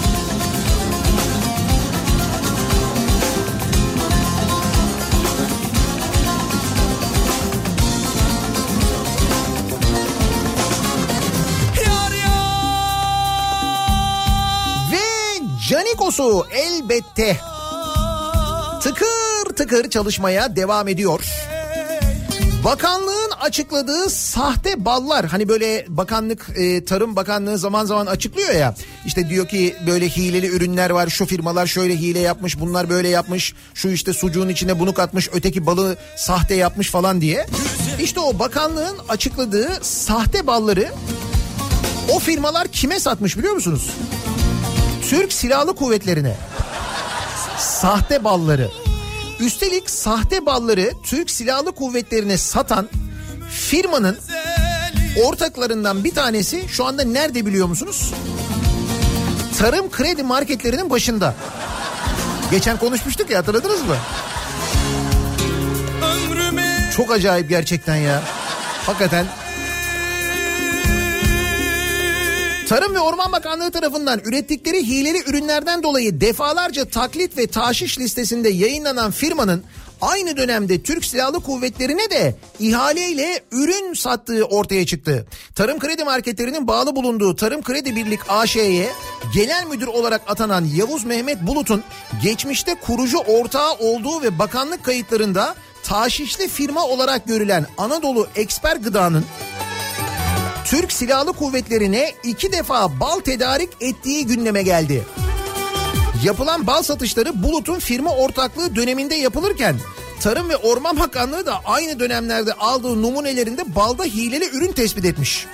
Ve Canikos'u elbette tıkır tıkır çalışmaya devam ediyor. Bakanlığın açıkladığı sahte ballar, hani böyle bakanlık, e, Tarım Bakanlığı zaman zaman açıklıyor ya, işte diyor ki böyle hileli ürünler var, şu firmalar şöyle hile yapmış, bunlar böyle yapmış, şu işte sucuğun içine bunu katmış, öteki balığı sahte yapmış falan diye. İşte o bakanlığın açıkladığı sahte balları o firmalar kime satmış biliyor musunuz? Türk Silahlı Kuvvetleri'ne. Sahte balları. Üstelik sahte balları Türk Silahlı Kuvvetleri'ne satan firmanın ortaklarından bir tanesi şu anda nerede biliyor musunuz? Tarım kredi marketlerinin başında. Geçen konuşmuştuk ya, hatırladınız mı? Çok acayip gerçekten ya. Hakikaten. Tarım ve Orman Bakanlığı tarafından ürettikleri hileli ürünlerden dolayı defalarca taklit ve taşiş listesinde yayınlanan firmanın aynı dönemde Türk Silahlı Kuvvetleri'ne de ihaleyle ürün sattığı ortaya çıktı. Tarım Kredi Marketlerinin bağlı bulunduğu Tarım Kredi Birlik A Ş'ye genel müdür olarak atanan Yavuz Mehmet Bulut'un geçmişte kurucu ortağı olduğu ve bakanlık kayıtlarında taşişli firma olarak görülen Anadolu Eksper Gıda'nın Türk Silahlı Kuvvetleri'ne iki defa bal tedarik ettiği gündeme geldi. Yapılan bal satışları Bulut'un firma ortaklığı döneminde yapılırken Tarım ve Orman Bakanlığı da aynı dönemlerde aldığı numunelerinde balda hileli ürün tespit etmiş.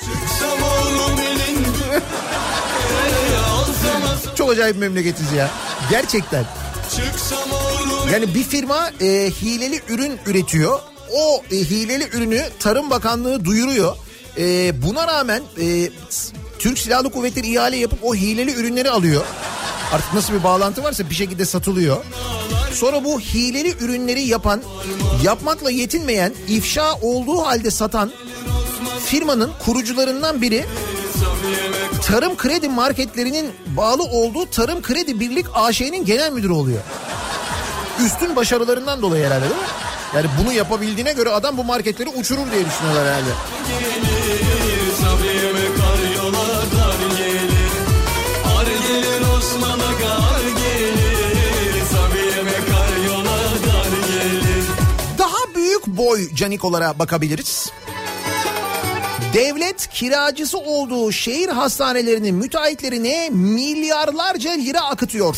Çok acayip memleketiz ya. Gerçekten. Yani bir firma e, hileli ürün üretiyor. O e, hileli ürünü Tarım Bakanlığı duyuruyor. Ee, buna rağmen e, Türk Silahlı Kuvvetleri ihale yapıp o hileli ürünleri alıyor. Artık nasıl bir bağlantı varsa bir şekilde satılıyor. Sonra bu hileli ürünleri yapan, yapmakla yetinmeyen, ifşa olduğu halde satan firmanın kurucularından biri Tarım Kredi Marketlerinin bağlı olduğu Tarım Kredi Birlik A Ş'nin genel müdürü oluyor. Üstün başarılarından dolayı herhalde, değil mi? Yani bunu yapabildiğine göre adam bu marketleri uçurur diye düşünüyorlar herhalde. Daha büyük boy canikolara bakabiliriz. Devlet kiracısı olduğu şehir hastanelerinin müteahhitlerine milyarlarca lira akıtıyor.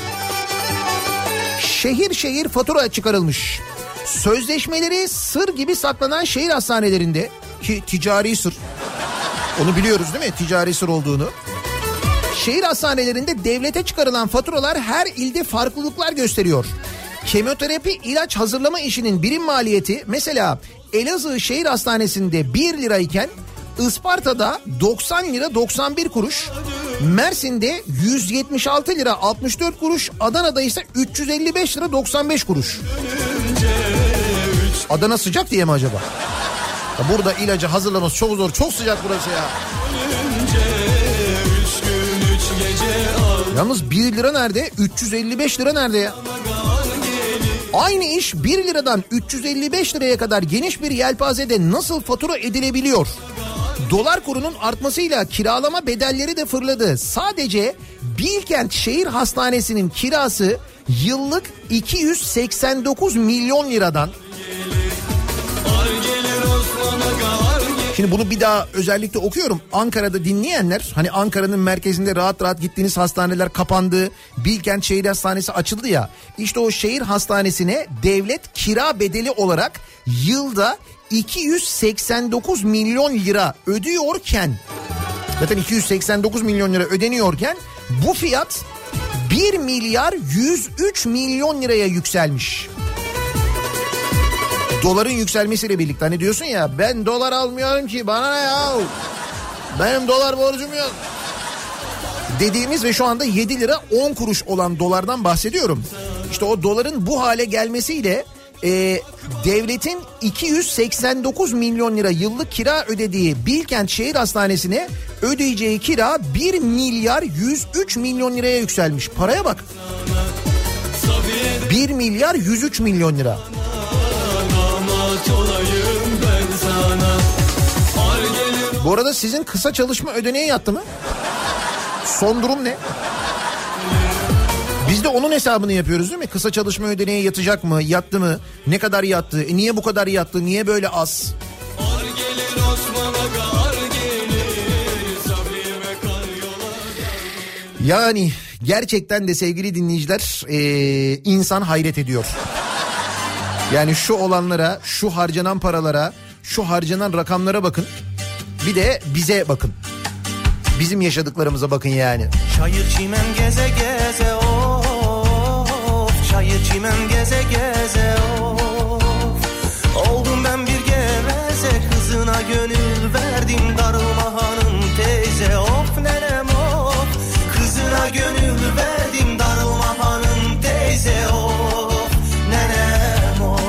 Şehir şehir fatura çıkarılmış. Sözleşmeleri sır gibi saklanan şehir hastanelerinde, ki ticari sır, onu biliyoruz değil mi, ticari sır olduğunu. Şehir hastanelerinde devlete çıkarılan faturalar her ilde farklılıklar gösteriyor. Kemoterapi ilaç hazırlama işinin birim maliyeti mesela Elazığ Şehir Hastanesi'nde bir lirayken Isparta'da doksan lira doksan bir kuruş, Mersin'de yüz yetmiş altı lira altmış dört kuruş, Adana'da ise üç yüz elli beş lira doksan beş kuruş. Adana sıcak diye mi acaba? Ya burada ilacı hazırlaması çok zor, çok sıcak burası ya. Yalnız bir lira nerede? üç yüz elli beş lira nerede ya? Aynı iş bir liradan üç yüz elli beş liraya kadar geniş bir yelpazede nasıl fatura edilebiliyor? Dolar kurunun artmasıyla kiralama bedelleri de fırladı. Sadece Bilkent Şehir Hastanesi'nin kirası yıllık iki yüz seksen dokuz milyon liradan. Şimdi bunu bir daha özellikle okuyorum. Ankara'da dinleyenler, hani Ankara'nın merkezinde rahat rahat gittiğiniz hastaneler kapandı. Bilkent Şehir Hastanesi açıldı ya. İşte o şehir hastanesine devlet kira bedeli olarak yılda iki yüz seksen dokuz milyon lira ödüyorken, zaten iki yüz seksen dokuz milyon lira ödeniyorken bu fiyat bir milyar yüz üç milyon liraya yükselmiş. Doların yükselmesiyle birlikte, hani diyorsun ya, ben dolar almıyorum ki, bana ne ya, benim dolar borcum yok dediğimiz ve şu anda yedi lira on kuruş olan dolardan bahsediyorum. İşte o doların bu hale gelmesiyle e, devletin iki yüz seksen dokuz milyon lira yıllık kira ödediği Bilkent Şehir Hastanesi'ne ödeyeceği kira bir milyar yüz üç milyon liraya yükselmiş. Paraya bak. bir milyar yüz üç milyon lira. Bu arada sizin kısa çalışma ödeneği yattı mı? Son durum ne? Biz de onun hesabını yapıyoruz değil mi? Kısa çalışma ödeneği yatacak mı? Yattı mı? Ne kadar yattı? E niye bu kadar yattı? Niye böyle az? Yani gerçekten de sevgili dinleyiciler, ee, insan hayret ediyor. Yani şu olanlara, şu harcanan paralara, şu harcanan rakamlara bakın. Bir de bize bakın. Bizim yaşadıklarımıza bakın yani. Çayır çimen geze geze of, çayır çimen geze geze of. Oldum ben bir geveze, kızına gönül verdim, darılma hanım teyze, of nenem of. Kızına gönül verdim, darılma hanım teyze, of nenem of.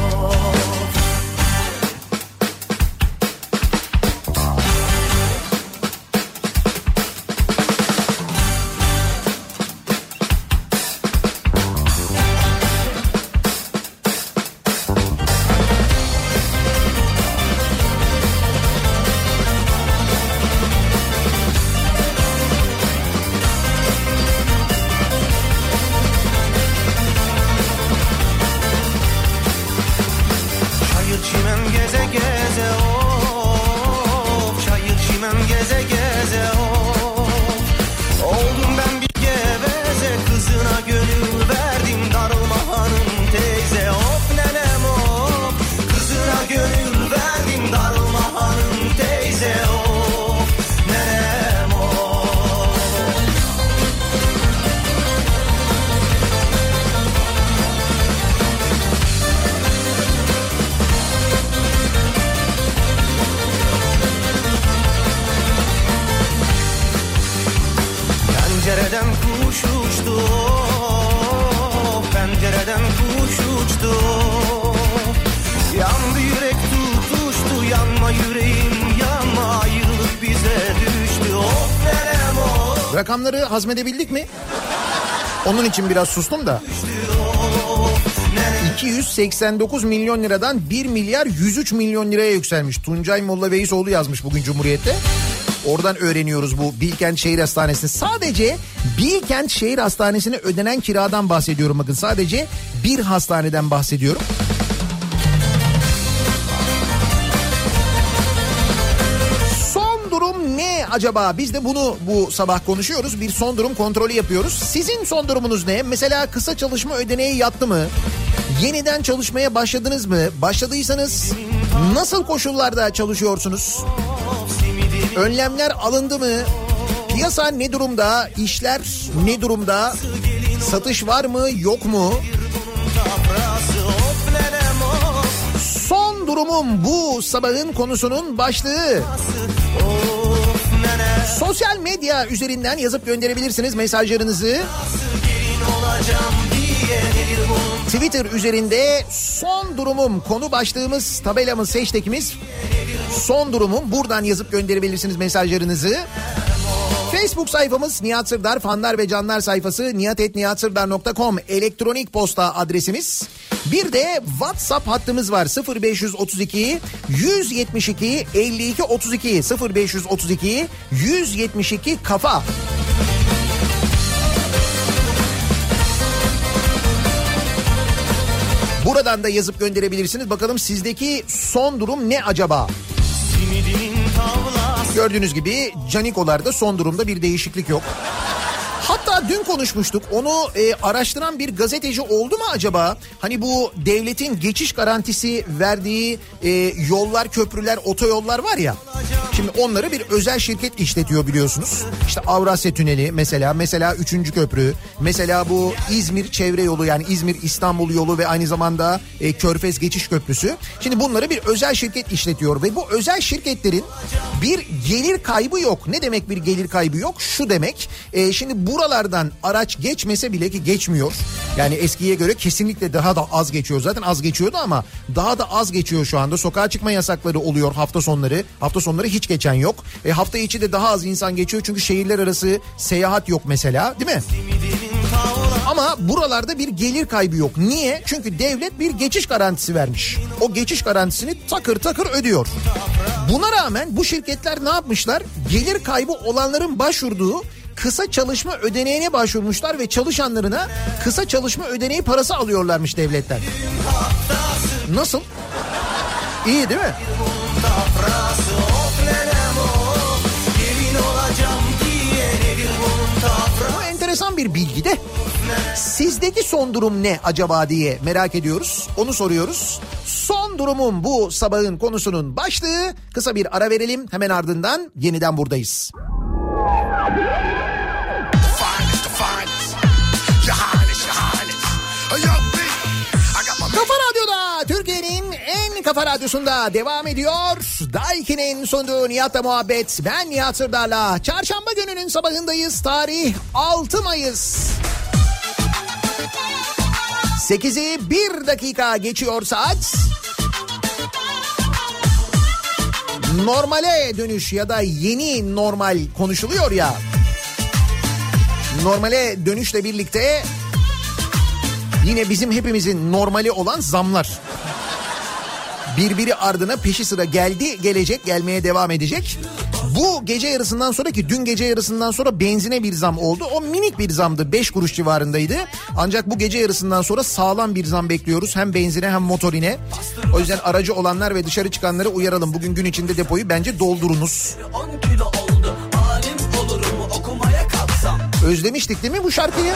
Pencereden kuş uçtu, pencereden kuş uçtu. Yandı yürek tutuştu, yanma yüreğim yanma, ayrılık bize düştü. Of nerem o. Rakamları hazmedebildik mi? Onun için biraz sustum da. iki yüz seksen dokuz milyon liradan bir milyar yüz üç milyon liraya yükselmiş. Tuncay Molla Veysoğlu yazmış bugün Cumhuriyet'te. Oradan öğreniyoruz bu Bilkent Şehir Hastanesi'ni. Sadece Bilkent Şehir Hastanesi'ne ödenen kiradan bahsediyorum. Bakın sadece bir hastaneden bahsediyorum. Son durum ne acaba? Biz de bunu bu sabah konuşuyoruz. Bir son durum kontrolü yapıyoruz. Sizin son durumunuz ne? Mesela kısa çalışma ödeneği yattı mı? Yeniden çalışmaya başladınız mı? Başladıysanız nasıl koşullarda çalışıyorsunuz? Önlemler alındı mı? Piyasa ne durumda? İşler ne durumda? Satış var mı? Yok mu? Son durumum bu sabahın konusunun başlığı. medya üzerinden yazıp gönderebilirsiniz mesajlarınızı. Twitter üzerinde son durumum konu başlığımız, tabelamız, hashtagimiz son durumum. Buradan yazıp gönderebilirsiniz mesajlarınızı. Facebook sayfamız Nihat Sırdar fanlar ve canlar sayfası nihat et nihat sırdar nokta com elektronik posta adresimiz. Bir de WhatsApp hattımız var sıfır beş otuz iki yüz yetmiş iki elli iki otuz iki sıfır beş otuz iki yüz yetmiş iki kafa. Buradan da yazıp gönderebilirsiniz. Bakalım sizdeki son durum ne acaba? Gördüğünüz gibi Canikolar'da son durumda bir değişiklik yok. Hatta dün konuşmuştuk. Onu e, araştıran bir gazeteci oldu mu acaba? Hani bu devletin geçiş garantisi verdiği e, yollar, köprüler, otoyollar var ya. Şimdi onları bir özel şirket işletiyor biliyorsunuz. İşte Avrasya Tüneli mesela, mesela üçüncü köprü, mesela bu İzmir çevre yolu yani İzmir İstanbul yolu ve aynı zamanda e, Körfez geçiş köprüsü. Şimdi bunları bir özel şirket işletiyor ve bu özel şirketlerin bir gelir kaybı yok. Ne demek bir gelir kaybı yok? Şu demek. E, şimdi buralardan araç geçmese bile ki geçmiyor. Yani eskiye göre kesinlikle daha da az geçiyor. Zaten az geçiyordu ama daha da az geçiyor şu anda. Sokağa çıkma yasakları oluyor hafta sonları. Hafta sonları hiç geçen yok. E, hafta içi de daha az insan geçiyor çünkü şehirler arası seyahat yok mesela, değil mi? Ama buralarda bir gelir kaybı yok. Niye? Çünkü devlet bir geçiş garantisi vermiş. O geçiş garantisini takır takır ödüyor. Buna rağmen bu şirketler ne yapmışlar? Gelir kaybı olanların başvurduğu kısa çalışma ödeneğine başvurmuşlar ve çalışanlarına kısa çalışma ödeneği parası alıyorlarmış devletten. Nasıl? İyi değil mi? Bu enteresan bir bilgi de. Sizdeki son durum ne acaba diye merak ediyoruz. Onu soruyoruz. Son durumum bu sabahın konusunun başlığı. Kısa bir ara verelim. Hemen ardından yeniden buradayız. Kafa Radyo'da, Türkiye'nin en kafa radyosunda devam ediyor. Daiki'nin sunduğu Nihat'la muhabbet. Ben Nihat Sırdar'la. Çarşamba gününün sabahındayız. Tarih altı Mayıs. sekizi bir dakika geçiyor saat. Normale dönüş ya da yeni normal konuşuluyor ya. Normale dönüşle birlikte yine bizim hepimizin normali olan zamlar. Birbiri ardına peşi sıra geldi, gelecek, gelmeye devam edecek. Bu gece yarısından sonra ki dün gece yarısından sonra benzine bir zam oldu. O minik bir zamdı, beş kuruş civarındaydı. Ancak bu gece yarısından sonra sağlam bir zam bekliyoruz. Hem benzine hem motorine. O yüzden aracı olanlar ve dışarı çıkanları uyaralım. Bugün gün içinde depoyu bence doldurunuz. Özlemiştik değil mi bu şarkıyı?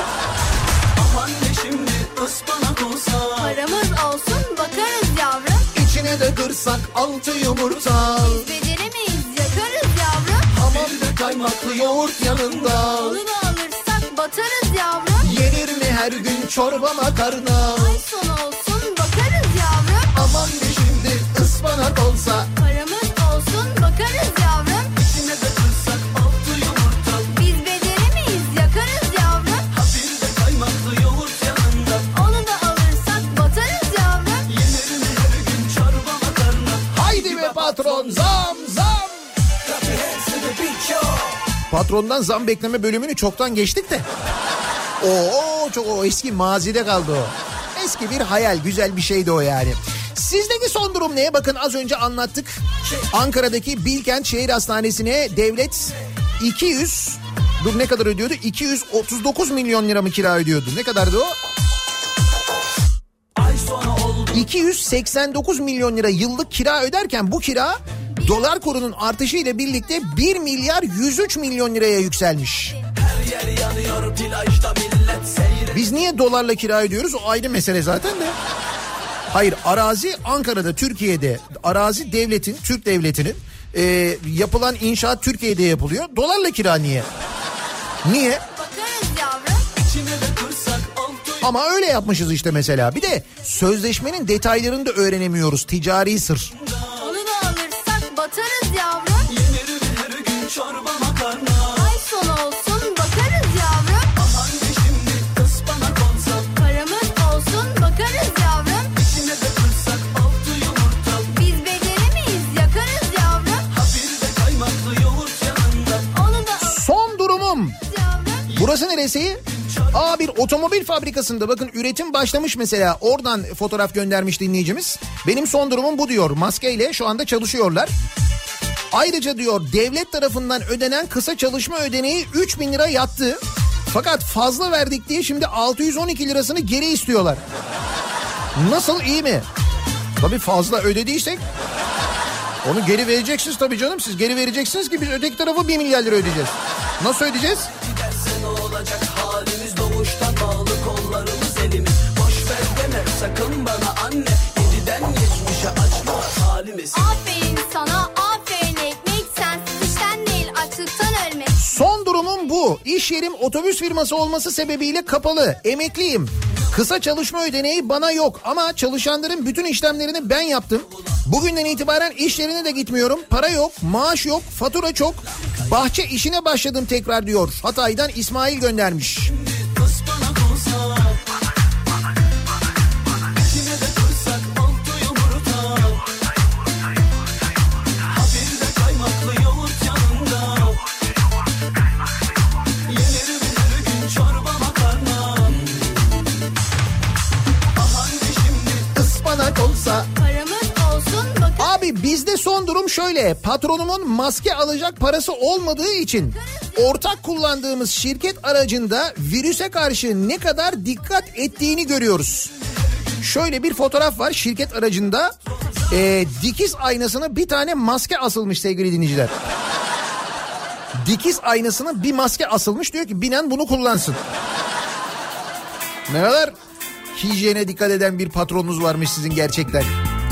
Paramız olsun bakarız yavrum. İçine de kırsak altı yumurta. Biz beceremeyiz yakarız yavrum. Aman da kaymaklı yoğurt yanında. Onu da alırsak batarız yavrum. Yenir mi her gün çorba makarna? Ay sonu olsun bakarız yavrum. Aman be şimdi ıspanak olsa. Paramız olsun bakarız yavrum. İçine de kırsak altı yumurta. Biz beceremeyiz yakarız yavrum. Ha bir de kaymaklı yoğurt yanında. Onu da alırsak batarız yavrum. Yenir mi her gün çorba makarna? Haydi be patron zam zam. Patrondan zam bekleme bölümünü çoktan geçtik de. Oo çok o eski mazide kaldı o. Eski bir hayal, güzel bir şeydi o yani. Sizdeki son durum ne? Bakın az önce anlattık. Ankara'daki Bilkent Şehir Hastanesi'ne devlet iki yüz dur ne kadar ödüyordu? iki yüz otuz dokuz milyon lira mı kira ödüyordu? Ne kadardı o? iki yüz seksen dokuz milyon lira yıllık kira öderken bu kira dolar kurunun artışıyla birlikte bir milyar yüz üç milyon liraya yükselmiş. Biz niye dolarla kira ödüyoruz? O ayrı mesele zaten de. Hayır, arazi Ankara'da, Türkiye'de. Arazi devletin, Türk devletinin e, yapılan inşaat Türkiye'de yapılıyor. Dolarla kira niye? Niye? Bakarız yavrum. Ama öyle yapmışız işte mesela. Bir de sözleşmenin detaylarını da öğrenemiyoruz. Ticari sır. Onu da alırsak batarız yavrum. Yenir mi her gün çorba makarna? Ay Burası neresi? Aa, bir otomobil fabrikasında bakın üretim başlamış mesela. Oradan fotoğraf göndermiş dinleyicimiz. Benim son durumum bu diyor. Maskeyle şu anda çalışıyorlar. Ayrıca diyor devlet tarafından ödenen kısa çalışma ödeneği üç bin lira yattı. Fakat fazla verdik diye şimdi altı yüz on iki lirasını geri istiyorlar. Nasıl, iyi mi? Tabii fazla ödediysek onu geri vereceksiniz tabii canım. Siz geri vereceksiniz ki biz öteki tarafa bir milyar lira ödeyeceğiz. Nasıl ödeyeceğiz? Ne olacak halimiz, doğuştan bağlı kollarımız elimiz. Boş ver deme sakın bana anne, yediden geçmişe açma halimiz. Aferin sana, aferin ekmek, sensiz işten değil açlıktan ölmek. Son durumum bu. İş yerim otobüs firması olması sebebiyle kapalı. Emekliyim. Kısa çalışma ödeneği bana yok ama çalışanların bütün işlemlerini ben yaptım. Bugünden itibaren iş yerine de gitmiyorum. Para yok, maaş yok, fatura çok. Bahçe işine başladım tekrar diyor. Hatay'dan İsmail göndermiş. Olsa. Paramız olsun bakın. Abi bizde son durum şöyle. Patronumun maske alacak parası olmadığı için ortak kullandığımız şirket aracında virüse karşı ne kadar dikkat ettiğini görüyoruz. Şöyle bir fotoğraf var şirket aracında. E, dikiz aynasına bir tane maske asılmış sevgili dinleyiciler. Dikiz aynasına bir maske asılmış, diyor ki binen bunu kullansın. Ne kadar hijyene dikkat eden bir patronunuz varmış sizin gerçekten.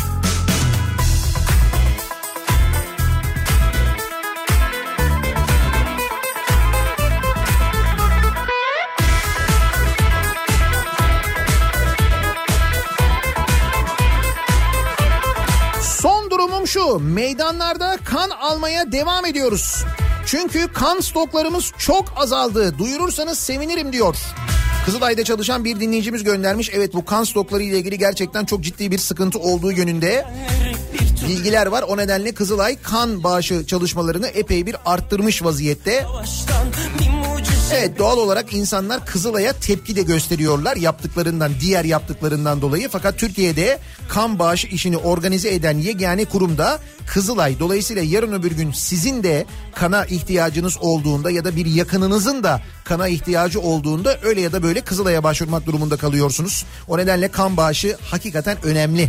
Son durumum şu: meydanlarda kan almaya devam ediyoruz. Çünkü kan stoklarımız çok azaldı. Duyurursanız sevinirim diyor. Kızılay'da çalışan bir dinleyicimiz göndermiş. Evet, bu kan stokları ile ilgili gerçekten çok ciddi bir sıkıntı olduğu yönünde bilgiler var. O nedenle Kızılay kan bağışı çalışmalarını epey bir arttırmış vaziyette. Evet, doğal olarak insanlar Kızılay'a tepki de gösteriyorlar yaptıklarından, diğer yaptıklarından dolayı. Fakat Türkiye'de kan bağışı işini organize eden yegane kurum da Kızılay. Dolayısıyla yarın öbür gün sizin de kana ihtiyacınız olduğunda ya da bir yakınınızın da kana ihtiyacı olduğunda öyle ya da böyle Kızılay'a başvurmak durumunda kalıyorsunuz. O nedenle kan bağışı hakikaten önemli.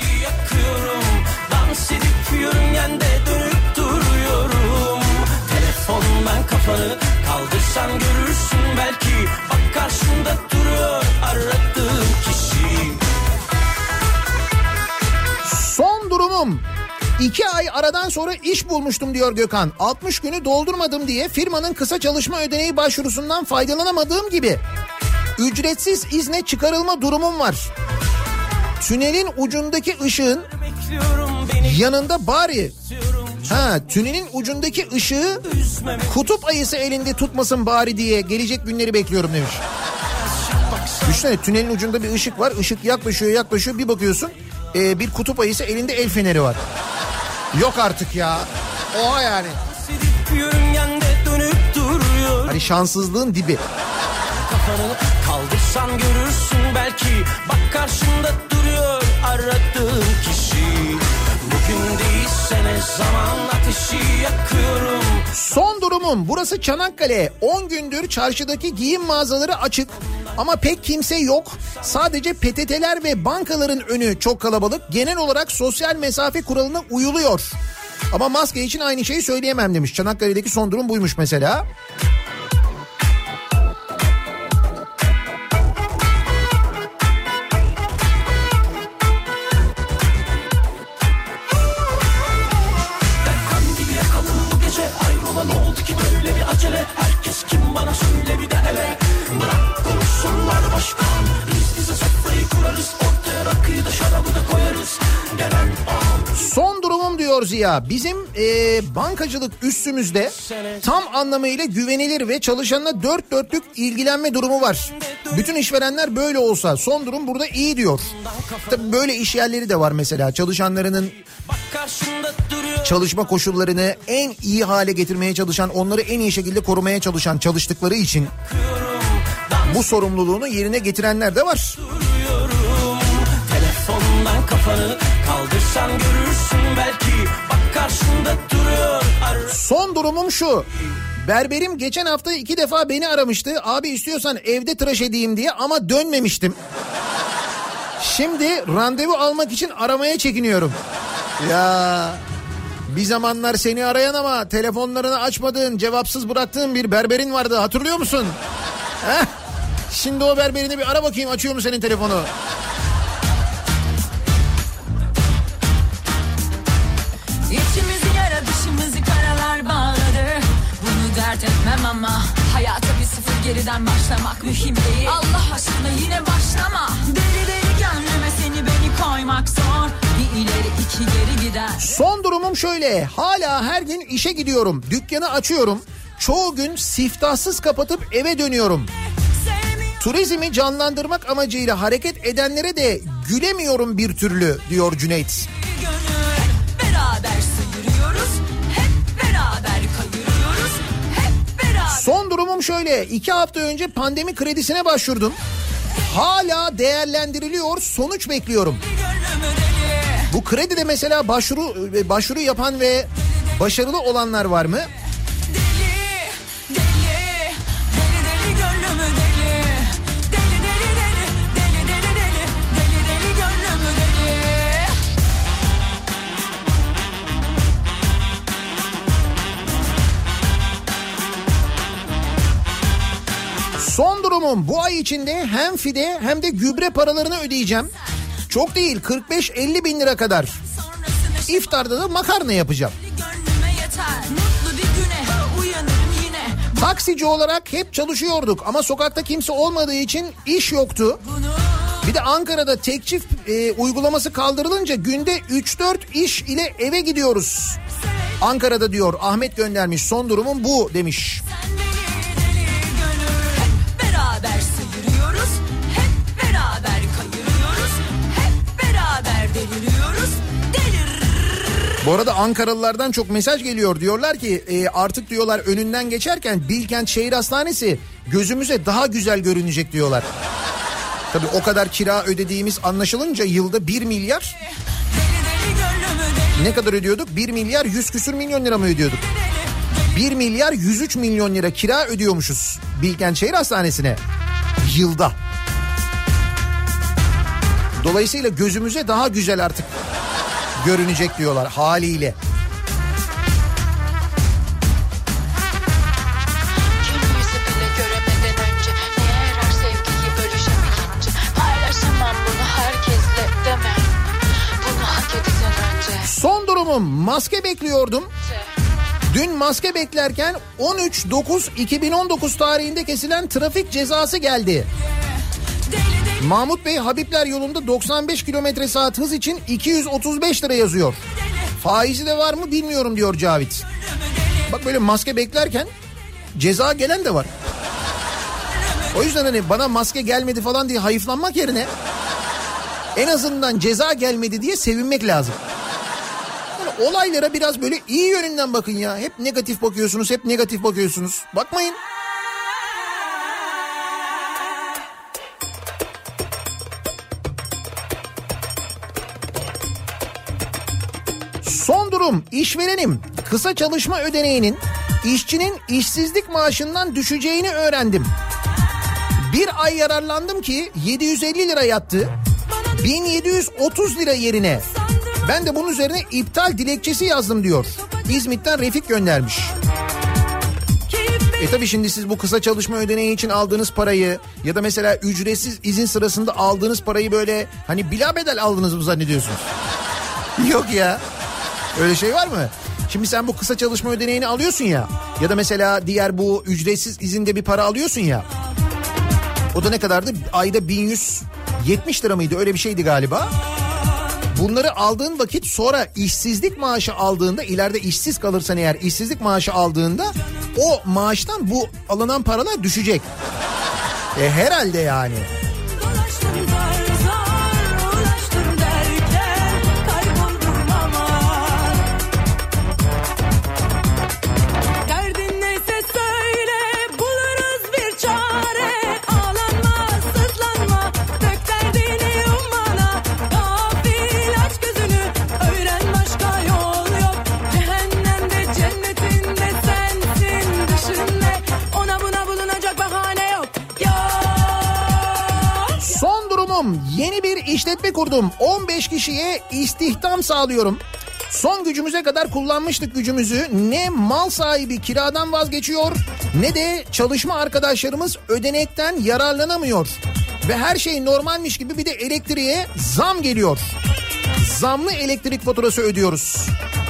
Dans edip yörüngende dönüp duruyorum. Telefondan kafanı kaldırsan görürsün belki. Bak karşında duruyor aradığım kişi. Son durumum: İki ay aradan sonra iş bulmuştum diyor Gökhan. altmış günü doldurmadım diye firmanın kısa çalışma ödeneği başvurusundan faydalanamadığım gibi ücretsiz izne çıkarılma durumum var. Tünelin ucundaki ışığın yanında bari ha tünelin ucundaki ışığı kutup ayısı elinde tutmasın bari diye gelecek günleri bekliyorum demiş. Düşünsene, tünelin ucunda bir ışık var. Işık yaklaşıyor yaklaşıyor, bir bakıyorsun e, bir kutup ayısı elinde el feneri var. Yok artık ya. Oha yani. Hani şanssızlığın dibi. Kafanı kaldırsan görürsün belki. Bak karşında duruyor aradığın kişi. Bugün değilse ne zaman ateşi yakıyorum. Son durumum: burası Çanakkale. on gündür çarşıdaki giyim mağazaları açık ama pek kimse yok. Sadece P T T'ler ve bankaların önü çok kalabalık. Genel olarak sosyal mesafe kuralına uyuluyor. Ama maske için aynı şeyi söyleyemem demiş. Çanakkale'deki son durum buymuş mesela. Herkes kim bana söyle bir de hele. Bırak konuşsunlar başkan. Biz bize sofrayı kurarız. Ortaya rakıyı da şarabı da koyarız. Gelen an. Son durumum diyor diyor Ziya. Bizim e, bankacılık üssümüzde tam anlamıyla güvenilir ve çalışanına dört dörtlük ilgilenme durumu var. Bütün işverenler böyle olsa son durum burada iyi diyor. Tabii böyle iş yerleri de var mesela. Çalışanlarının çalışma koşullarını en iyi hale getirmeye çalışan, onları en iyi şekilde korumaya çalışan, çalıştıkları için bu sorumluluğunu yerine getirenler de var. Telefondan kafanı kaldırsan görürsün belki, bak karşında duruyor. Son durumum şu. Berberim geçen hafta iki defa beni aramıştı. Abi istiyorsan evde tıraş edeyim diye, ama dönmemiştim. Şimdi randevu almak için aramaya çekiniyorum. Ya bir zamanlar seni arayan ama telefonlarını açmadığın, cevapsız bıraktığın bir berberin vardı, hatırlıyor musun? Heh. Şimdi o berberini bir ara bakayım, açıyor mu senin telefonu? İçimizi yara, dışımızı karalar bağladı. Bunu dert etmem ama hayata bir sıfır geriden başlamak mühim değil. Allah aşkına yine başlama. Deli deli gönlüme seni beni koymak zor. Bir ileri iki geri gider. Son durumum şöyle. Hala her gün işe gidiyorum. Dükkanı açıyorum. Çoğu gün siftahsız kapatıp eve dönüyorum. Turizmi canlandırmak amacıyla hareket edenlere de gülemiyorum bir türlü diyor Cüneyt. Beraber sıyırıyoruz, hep beraber kayırıyoruz, hep beraber. Son durumum şöyle. İki hafta önce pandemi kredisine başvurdum. Hala değerlendiriliyor, sonuç bekliyorum. Bu kredide mesela başvuru başvuru yapan ve başarılı olanlar var mı? Son durumum, bu ay içinde hem fide hem de gübre paralarını ödeyeceğim. Çok değil, kırk beş elli bin lira kadar. İftarda da makarna yapacağım. Taksici olarak hep çalışıyorduk ama sokakta kimse olmadığı için iş yoktu. Bir de Ankara'da tek çift e, uygulaması kaldırılınca günde üç dört iş ile eve gidiyoruz. Ankara'da diyor, Ahmet göndermiş, son durumum bu demiş. Beraber sıyırıyoruz, hep beraber kayırıyoruz, hep beraber deliriyoruz, delir. Bu arada Ankaralılardan çok mesaj geliyor. Diyorlar ki e, artık diyorlar önünden geçerken Bilkent Şehir Hastanesi gözümüze daha güzel görünecek diyorlar. Tabii o kadar kira ödediğimiz anlaşılınca yılda bir milyar. Ne kadar ödüyorduk? bir milyar yüz küsür milyon lira mı ödüyorduk? bir milyar yüz üç milyon lira kira ödüyormuşuz Bilkent Şehir Hastanesi'ne yılda. Dolayısıyla gözümüze daha güzel artık görünecek diyorlar haliyle. Son durumum, maske bekliyordum. Dün maske beklerken on üç dokuz iki bin on dokuz tarihinde kesilen trafik cezası geldi. Mahmut Bey Habibler yolunda doksan beş kilometre saat hız için iki yüz otuz beş lira yazıyor. Faizi de var mı bilmiyorum diyor Cavit. Bak böyle maske beklerken ceza gelen de var. O yüzden hani bana maske gelmedi falan diye hayıflanmak yerine en azından ceza gelmedi diye sevinmek lazım. Yani olaylara biraz böyle iyi yönünden bakın ya. Hep negatif bakıyorsunuz, hep negatif bakıyorsunuz. Bakmayın. Son durum, işverenim kısa çalışma ödeneğinin işçinin işsizlik maaşından düşeceğini öğrendim. Bir ay yararlandım ki yedi yüz elli lira yattı. bin yedi yüz otuz lira yerine. Ben de bunun üzerine iptal dilekçesi yazdım diyor. İzmit'ten Refik göndermiş. E tabii şimdi siz bu kısa çalışma ödeneği için aldığınız parayı ya da mesela ücretsiz izin sırasında aldığınız parayı böyle hani bilabedel aldınız mı zannediyorsunuz? Yok ya. Öyle şey var mı? Şimdi sen bu kısa çalışma ödeneğini alıyorsun ya ya da mesela diğer bu ücretsiz izinde bir para alıyorsun ya. O da ne kadardı? Ayda bin yüz yetmiş lira mıydı? Öyle bir şeydi galiba. bunları aldığın vakit sonra işsizlik maaşı aldığında, ileride işsiz kalırsan eğer işsizlik maaşı aldığında o maaştan bu alınan paralar düşecek. E herhalde yani. Yeni bir işletme kurdum. on beş kişiye istihdam sağlıyorum. Son gücümüze kadar kullanmıştık gücümüzü. Ne mal sahibi kiradan vazgeçiyor ne de çalışma arkadaşlarımız ödenekten yararlanamıyor. Ve her şey normalmiş gibi bir de elektriğe zam geliyor. Zamlı elektrik faturası ödüyoruz.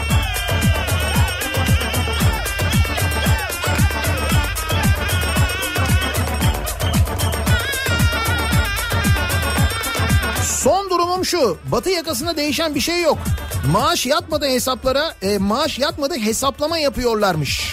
Son durumum şu. Batı yakasında değişen bir şey yok. Maaş yatmadı hesaplara, e, maaş yatmadı hesaplama yapıyorlarmış.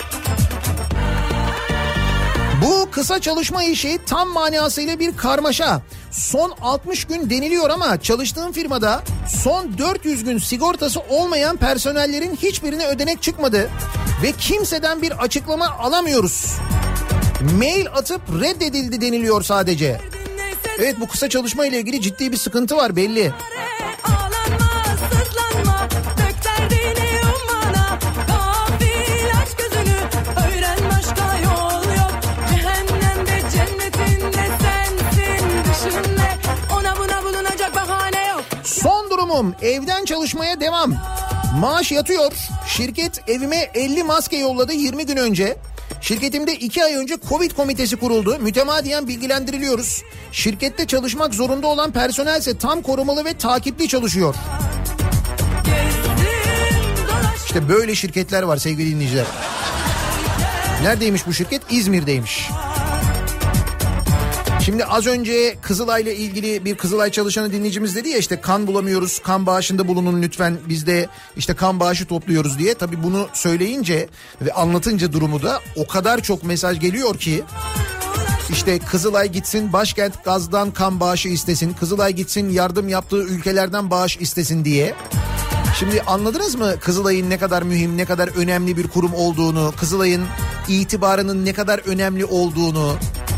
Bu kısa çalışma işi tam manasıyla bir karmaşa. Son altmış gün deniliyor ama çalıştığım firmada son dört yüz gün sigortası olmayan personellerin hiçbirine ödenek çıkmadı. Ve kimseden bir açıklama alamıyoruz. Mail atıp reddedildi deniliyor sadece. Evet, bu kısa çalışma ile ilgili ciddi bir sıkıntı var belli. Son durumum evden çalışmaya devam. Maaş yatıyor. Şirket evime elli maske yolladı yirmi gün önce. Şirketimde iki ay önce Covid komitesi kuruldu. Mütemadiyen bilgilendiriliyoruz. Şirkette çalışmak zorunda olan personel ise tam korumalı ve takipli çalışıyor. İşte böyle şirketler var sevgili dinleyiciler. Neredeymiş bu şirket? İzmir'deymiş. Şimdi az önce Kızılay'la ilgili bir Kızılay çalışanı dinleyicimiz dedi ya, işte kan bulamıyoruz, kan bağışında bulunun lütfen, biz de işte kan bağışı topluyoruz diye. Tabii bunu söyleyince ve anlatınca durumu da o kadar çok mesaj geliyor ki işte Kızılay gitsin Başkent Gaz'dan kan bağışı istesin, Kızılay gitsin yardım yaptığı ülkelerden bağış istesin diye. Şimdi anladınız mı Kızılay'ın ne kadar mühim, ne kadar önemli bir kurum olduğunu, Kızılay'ın itibarının ne kadar önemli olduğunu.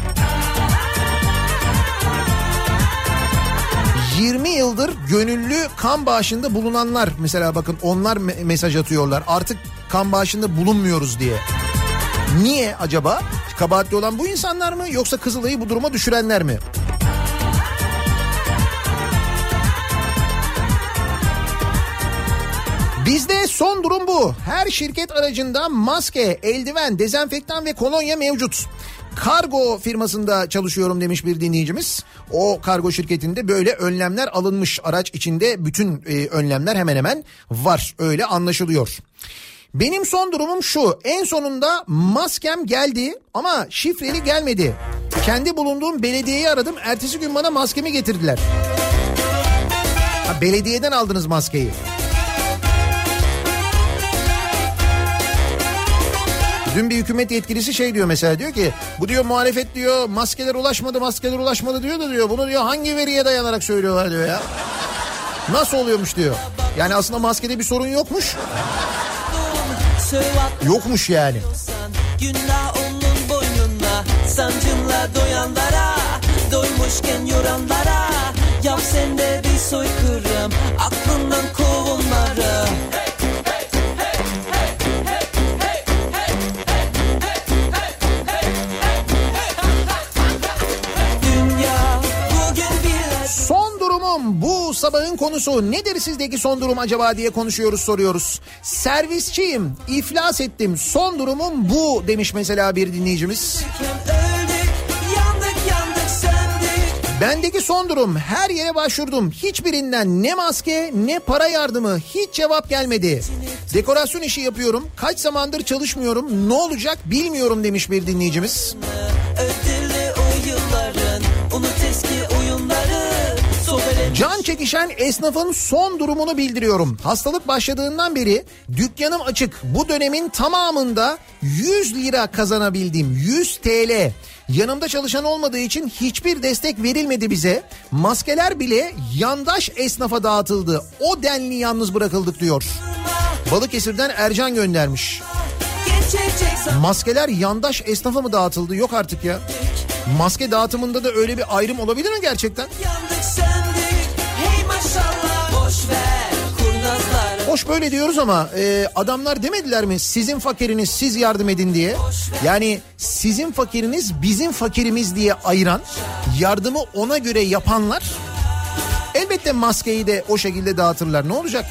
yirmi yıldır gönüllü kan bağışında bulunanlar mesela, bakın onlar me- mesaj atıyorlar artık kan bağışında bulunmuyoruz diye. Niye acaba? Kabahatli olan bu insanlar mı yoksa Kızılay'ı bu duruma düşürenler mi? Bizde son durum bu. Her şirket aracında maske, eldiven, dezenfektan ve kolonya mevcut. Kargo firmasında çalışıyorum demiş bir dinleyicimiz. O kargo şirketinde böyle önlemler alınmış. Araç içinde bütün e, önlemler hemen hemen var. Öyle anlaşılıyor. Benim son durumum şu. En sonunda maskem geldi ama şifreli gelmedi. Kendi bulunduğum belediyeyi aradım. Ertesi gün bana maskemi getirdiler. Ha, belediyeden aldınız maskeyi. Dün bir hükümet yetkilisi şey diyor mesela, diyor ki bu diyor muhalefet diyor maskeler ulaşmadı maskeler ulaşmadı diyor da diyor bunu diyor hangi veriye dayanarak söylüyorlar diyor ya. Nasıl oluyormuş diyor. Yani aslında maskede bir sorun yokmuş. Yokmuş yani. Günah onun boynuna, sancımla doyanlara, doymuşken yoranlara, yap sen de bir soykırım, aklından kov onları. Son durumum bu sabahın konusu. Nedir sizdeki son durum acaba diye konuşuyoruz, soruyoruz. Servisçiyim, iflas ettim, son durumum bu demiş mesela bir dinleyicimiz. Bendeki son durum, her yere başvurdum. Hiçbirinden ne maske ne para yardımı, hiç cevap gelmedi. Dekorasyon işi yapıyorum. Kaç zamandır çalışmıyorum. Ne olacak bilmiyorum demiş bir dinleyicimiz. Ödüllü o yılların, unut eski oyunları. Sobele Can çekişen esnafın son durumunu bildiriyorum. Hastalık başladığından beri dükkanım açık. Bu dönemin tamamında yüz lira kazanabildim. yüz TL. Yanımda çalışan olmadığı için hiçbir destek verilmedi bize. Maskeler bile yandaş esnafa dağıtıldı. O denli yalnız bırakıldık diyor. Balıkesir'den Ercan göndermiş. Maskeler yandaş esnafa mı dağıtıldı? Yok artık ya. Maske dağıtımında da öyle bir ayrım olabilir mi gerçekten? Hoş böyle diyoruz ama e, adamlar demediler mi sizin fakiriniz siz yardım edin diye. Yani sizin fakiriniz bizim fakirimiz diye ayıran, yardımı ona göre yapanlar elbette maskeyi de o şekilde dağıtırlar. Ne olacak?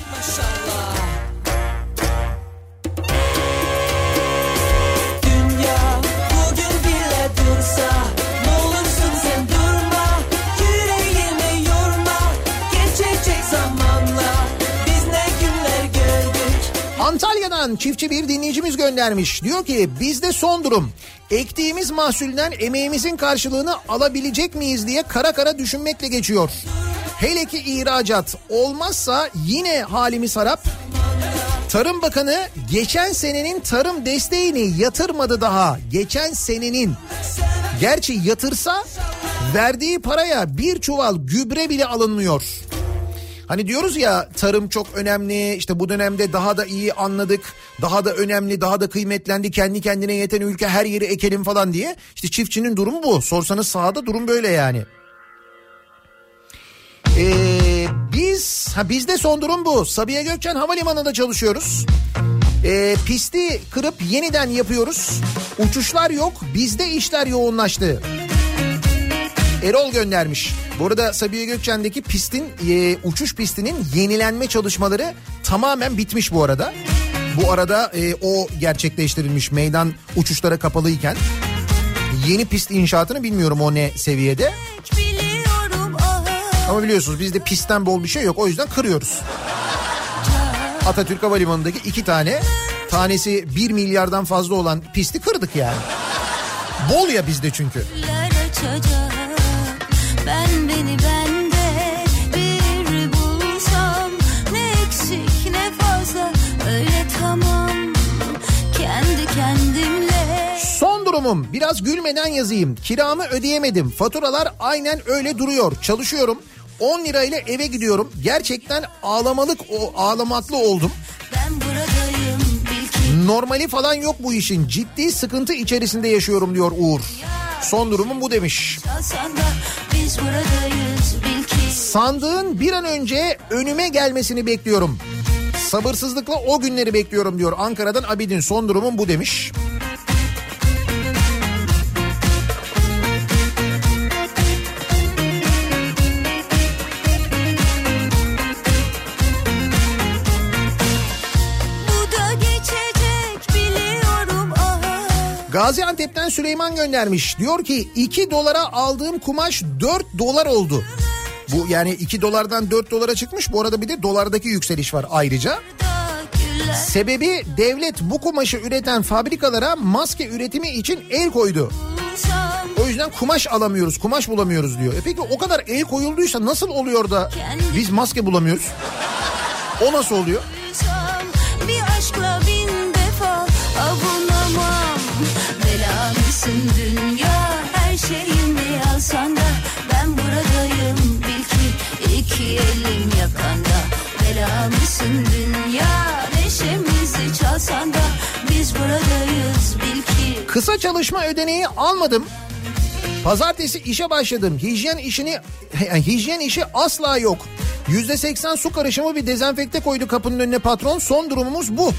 Antalya'dan çiftçi bir dinleyicimiz göndermiş. Diyor ki bizde son durum. Ektiğimiz mahsulden emeğimizin karşılığını alabilecek miyiz diye kara kara düşünmekle geçiyor. Hele ki ihracat olmazsa yine halimiz harap. Tarım Bakanı geçen senenin tarım desteğini yatırmadı daha. Geçen senenin. Gerçi yatırsa verdiği paraya bir çuval gübre bile alınmıyor. Hani diyoruz ya tarım çok önemli, işte bu dönemde daha da iyi anladık, daha da önemli, daha da kıymetlendi, kendi kendine yeten ülke, her yeri ekelim falan diye. İşte çiftçinin durumu bu. Sorsanız sahada durum böyle yani. Ee, biz, ha bizde son durum bu. Sabiha Gökçen Havalimanı'nda çalışıyoruz. Ee, pisti kırıp yeniden yapıyoruz. Uçuşlar yok, bizde işler yoğunlaştı. Erol göndermiş. Bu arada Sabiha Gökçen'deki pistin, e, uçuş pistinin yenilenme çalışmaları tamamen bitmiş bu arada. Bu arada e, o gerçekleştirilmiş meydan uçuşlara kapalıyken. Yeni pist inşaatını bilmiyorum o ne seviyede. Ama biliyorsunuz bizde pistten bol bir şey yok, o yüzden kırıyoruz. Atatürk Havalimanı'ndaki iki tane, tanesi bir milyardan fazla olan pisti kırdık yani. Bol ya bizde çünkü. Ben beni bende bir bulsam, ne eksik ne fazla, öyle tamam kendi kendimle. Son durumum, biraz gülmeden yazayım. Kiramı ödeyemedim, faturalar aynen öyle duruyor. Çalışıyorum, on lirayla eve gidiyorum. Gerçekten ağlamalık o ağlamaklı oldum. Ben buradayım, bil ki... Normali falan yok bu işin, ciddi sıkıntı içerisinde yaşıyorum diyor Uğur. Son durumum bu demiş. Sandığın bir an önce önüme gelmesini bekliyorum. Sabırsızlıkla o günleri bekliyorum diyor. Ankara'dan Abidin, son durumum bu demiş. Gaziantep'ten Süleyman göndermiş. Diyor ki iki dolara aldığım kumaş dört dolar oldu. Bu yani iki dolardan dört dolara çıkmış. Bu arada bir de dolardaki yükseliş var ayrıca. Sebebi devlet bu kumaşı üreten fabrikalara maske üretimi için el koydu. O yüzden kumaş alamıyoruz, kumaş bulamıyoruz diyor. E peki o kadar el koyulduysa nasıl oluyor da biz maske bulamıyoruz? O nasıl oluyor? Bir aşkla bin defa avunamam. Belamısın dünya, her şeyimi alsan da ben buradayım, bil ki iki elim yakanda. Belamısın dünya, neşemizi çalsan da biz buradayız, bil ki. Kısa çalışma ödeneği almadım. Pazartesi işe başladım. Hijyen işini yani hijyen işi asla yok. yüzde seksen su karışımı bir dezenfekte koydu kapının önüne patron. Son durumumuz bu.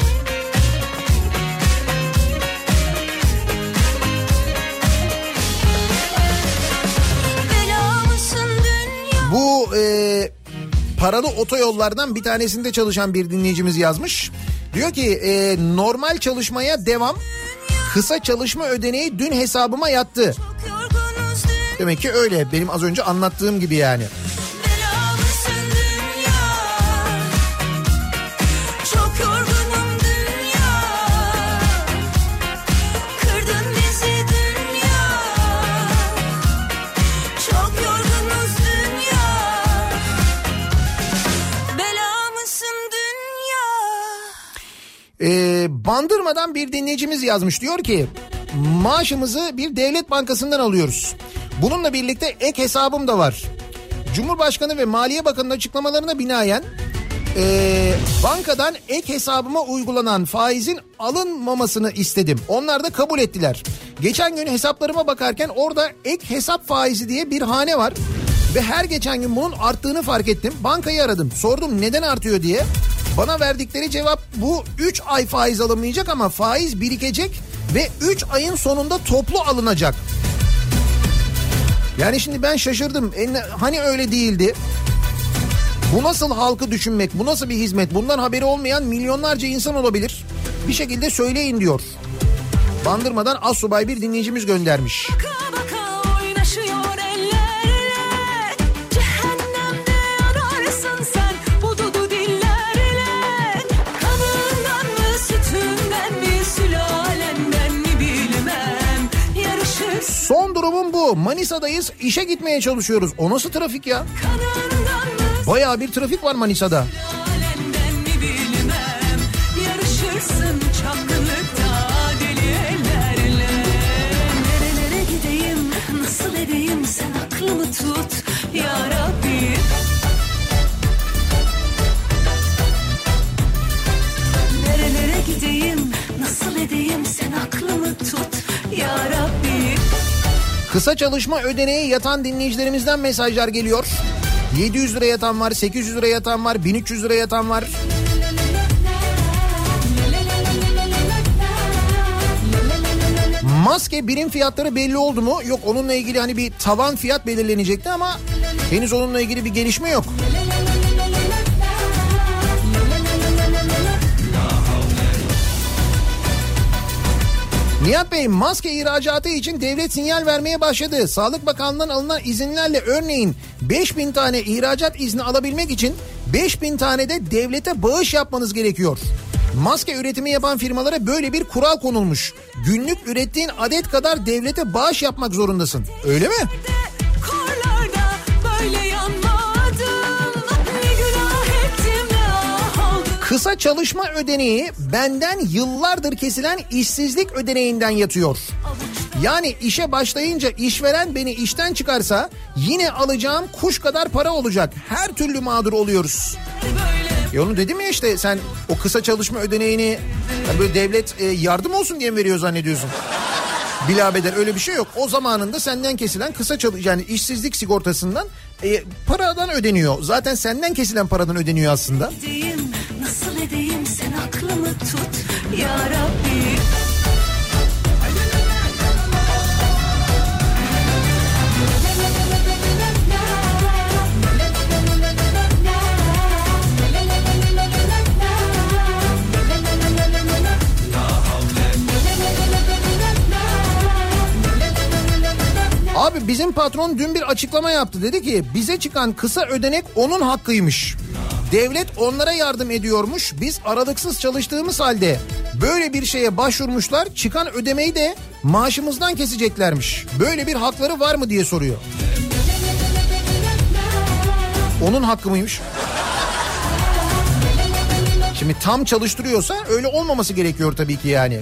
Bu e, paralı otoyollardan bir tanesinde çalışan bir dinleyicimiz yazmış. Diyor ki e, normal çalışmaya devam, kısa çalışma ödeneği dün hesabıma yattı. Demek ki öyle, benim az önce anlattığım gibi yani. Bandırmadan bir dinleyicimiz yazmış, diyor ki maaşımızı bir devlet bankasından alıyoruz. Bununla birlikte ek hesabım da var. Cumhurbaşkanı ve Maliye Bakanı'nın açıklamalarına binaen e, bankadan ek hesabıma uygulanan faizin alınmamasını istedim. Onlar da kabul ettiler. Geçen gün hesaplarıma bakarken orada ek hesap faizi diye bir hane var. Ve her geçen gün bunun arttığını fark ettim. Bankayı aradım, sordum neden artıyor diye. Bana verdikleri cevap bu: üç ay faiz alınmayacak ama faiz birikecek ve üç ayın sonunda toplu alınacak. Yani şimdi ben şaşırdım. Hani öyle değildi? Bu nasıl halkı düşünmek? Bu nasıl bir hizmet? Bundan haberi olmayan milyonlarca insan olabilir. Bir şekilde söyleyin diyor. Bandırmadan assubay bir dinleyicimiz göndermiş. Baka baka oynaşıyor ellerle, cehennemde yanarsın sen bu dudu dillerle. Kanından mı sütünden mi sülalenden mi bilmem, yarışır. Son durumum bu. Manisa'dayız, işe gitmeye çalışıyoruz. O nasıl trafik ya? Bayağı bir trafik var Manisa'da. Sülalenden mi bilmem, yarışırsın çapkınlıkta deli ellerle. Nerelere gideyim, nasıl edeyim, sen aklımı tut ya Rabbi. Nerelere gideyim, nasıl edeyim, sen aklımı tut ya Rabbi. Kısa çalışma ödeneği yatan dinleyicilerimizden mesajlar geliyor. yedi yüz lira yatan var, sekiz yüz lira yatan var, bin üç yüz lira yatan var. Maske birim fiyatları belli oldu mu? Yok, onunla ilgili hani bir tavan fiyat belirlenecekti ama henüz onunla ilgili bir gelişme yok. Nihat Bey, maske ihracatı için devlet sinyal vermeye başladı. Sağlık Bakanlığı'ndan alınan izinlerle örneğin beş bin tane ihracat izni alabilmek için beş bin tane de devlete bağış yapmanız gerekiyor. Maske üretimi yapan firmalara böyle bir kural konulmuş. Günlük ürettiğin adet kadar devlete bağış yapmak zorundasın. Öyle mi? Kısa çalışma ödeneği benden yıllardır kesilen işsizlik ödeneğinden yatıyor. Yani işe başlayınca işveren beni işten çıkarsa yine alacağım kuş kadar para olacak. Her türlü mağdur oluyoruz. E onu dedim ya işte, sen o kısa çalışma ödeneğini yani böyle devlet e, yardım olsun diye mi veriyor zannediyorsun? Bilabeder öyle bir şey yok. O zamanında senden kesilen kısa çalış yani işsizlik sigortasından e, paradan ödeniyor. Zaten senden kesilen paradan ödeniyor aslında. Edeyim, nasıl edeyim, sen aklımı tut ya Rabbi. Abi bizim patron dün bir açıklama yaptı. Dedi ki bize çıkan kısa ödenek onun hakkıymış. Devlet onlara yardım ediyormuş. Biz aralıksız çalıştığımız halde böyle bir şeye başvurmuşlar. Çıkan ödemeyi de maaşımızdan keseceklermiş. Böyle bir hakları var mı diye soruyor. Onun hakkı mıymış? Şimdi tam çalıştırıyorsa öyle olmaması gerekiyor tabii ki yani.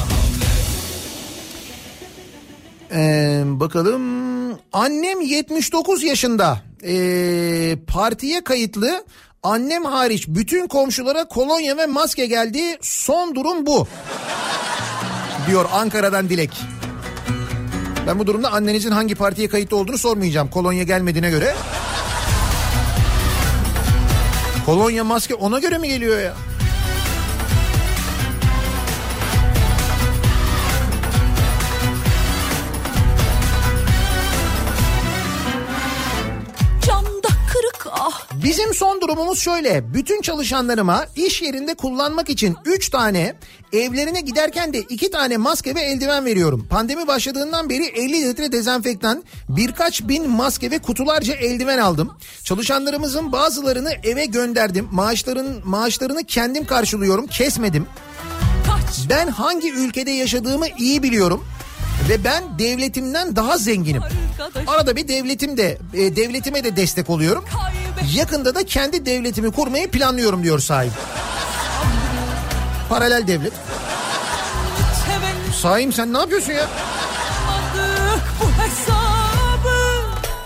Ee, bakalım, annem yetmiş dokuz yaşında, ee, partiye kayıtlı, annem hariç bütün komşulara kolonya ve maske geldi, son durum bu diyor Ankara'dan Dilek. Ben bu durumda annenizin hangi partiye kayıtlı olduğunu sormayacağım, kolonya gelmediğine göre. Kolonya, maske ona göre mi geliyor ya? Bizim son durumumuz şöyle. Bütün çalışanlarıma iş yerinde kullanmak için üç tane, evlerine giderken de iki tane maske ve eldiven veriyorum. Pandemi başladığından beri elli litre dezenfektan, birkaç bin maske ve kutularca eldiven aldım. Çalışanlarımızın bazılarını eve gönderdim. Maaşların maaşlarını kendim karşılıyorum, kesmedim. Ben hangi ülkede yaşadığımı iyi biliyorum. Ve ben devletimden daha zenginim. Arada bir devletim de e, devletime de destek oluyorum. Yakında da kendi devletimi kurmayı planlıyorum diyor sahip. paralel devlet. Saim sen ne yapıyorsun ya? Bu hesabı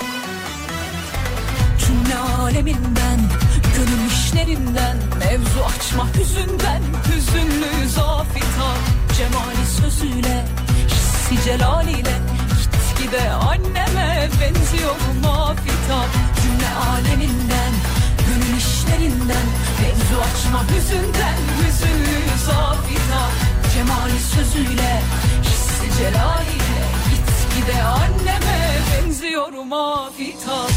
cümle aleminden, gönül işlerinden, mevzu açma hüzünden, hüzünlü zafita cemali sözüyle, hissi celaliyle, gitgide anneme benziyorum afitap. Cümle aleminden, gönül işlerinden, mevzu açma hüzünden, hüzünlü zafita cemali sözüyle, hissi celaliyle, gitgide anneme benziyorum afitap.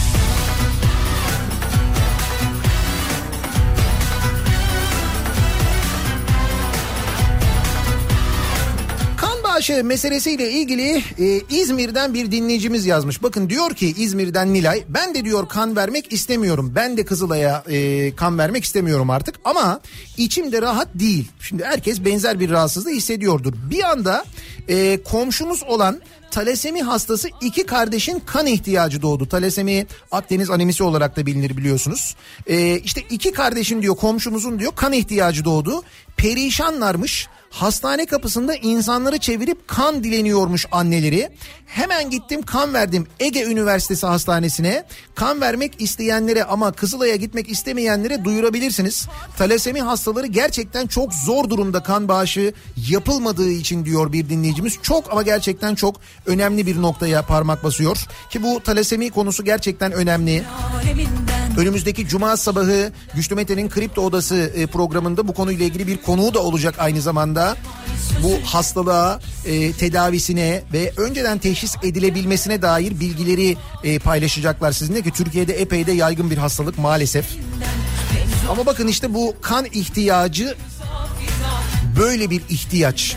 Bağışı meselesiyle ilgili e, İzmir'den bir dinleyicimiz yazmış. Bakın diyor ki İzmir'den Nilay, ben de diyor kan vermek istemiyorum. Ben de Kızılay'a e, kan vermek istemiyorum artık ama içimde rahat değil. Şimdi herkes benzer bir rahatsızlığı hissediyordur. Bir anda e, komşumuz olan talasemi hastası iki kardeşin kan ihtiyacı doğdu. Talasemi Akdeniz anemisi olarak da bilinir biliyorsunuz. Ee, işte iki kardeşin diyor komşumuzun diyor kan ihtiyacı doğdu. Perişanlarmış. Hastane kapısında insanları çevirip kan dileniyormuş anneleri. Hemen gittim kan verdim Ege Üniversitesi Hastanesi'ne. Kan vermek isteyenlere ama Kızılay'a gitmek istemeyenlere duyurabilirsiniz. Talasemi hastaları gerçekten çok zor durumda kan bağışı yapılmadığı için diyor bir dinleyicimiz. Çok ama gerçekten çok önemli bir noktaya parmak basıyor. Ki bu talasemi konusu gerçekten önemli. Önümüzdeki cuma sabahı Güçlü Mete'nin Kripto Odası programında bu konuyla ilgili bir konuğu da olacak aynı zamanda. Bu hastalığa, e, tedavisine ve önceden teşhis edilebilmesine dair bilgileri e, paylaşacaklar sizinle ki Türkiye'de epey de yaygın bir hastalık maalesef. Ama bakın işte bu kan ihtiyacı böyle bir ihtiyaç.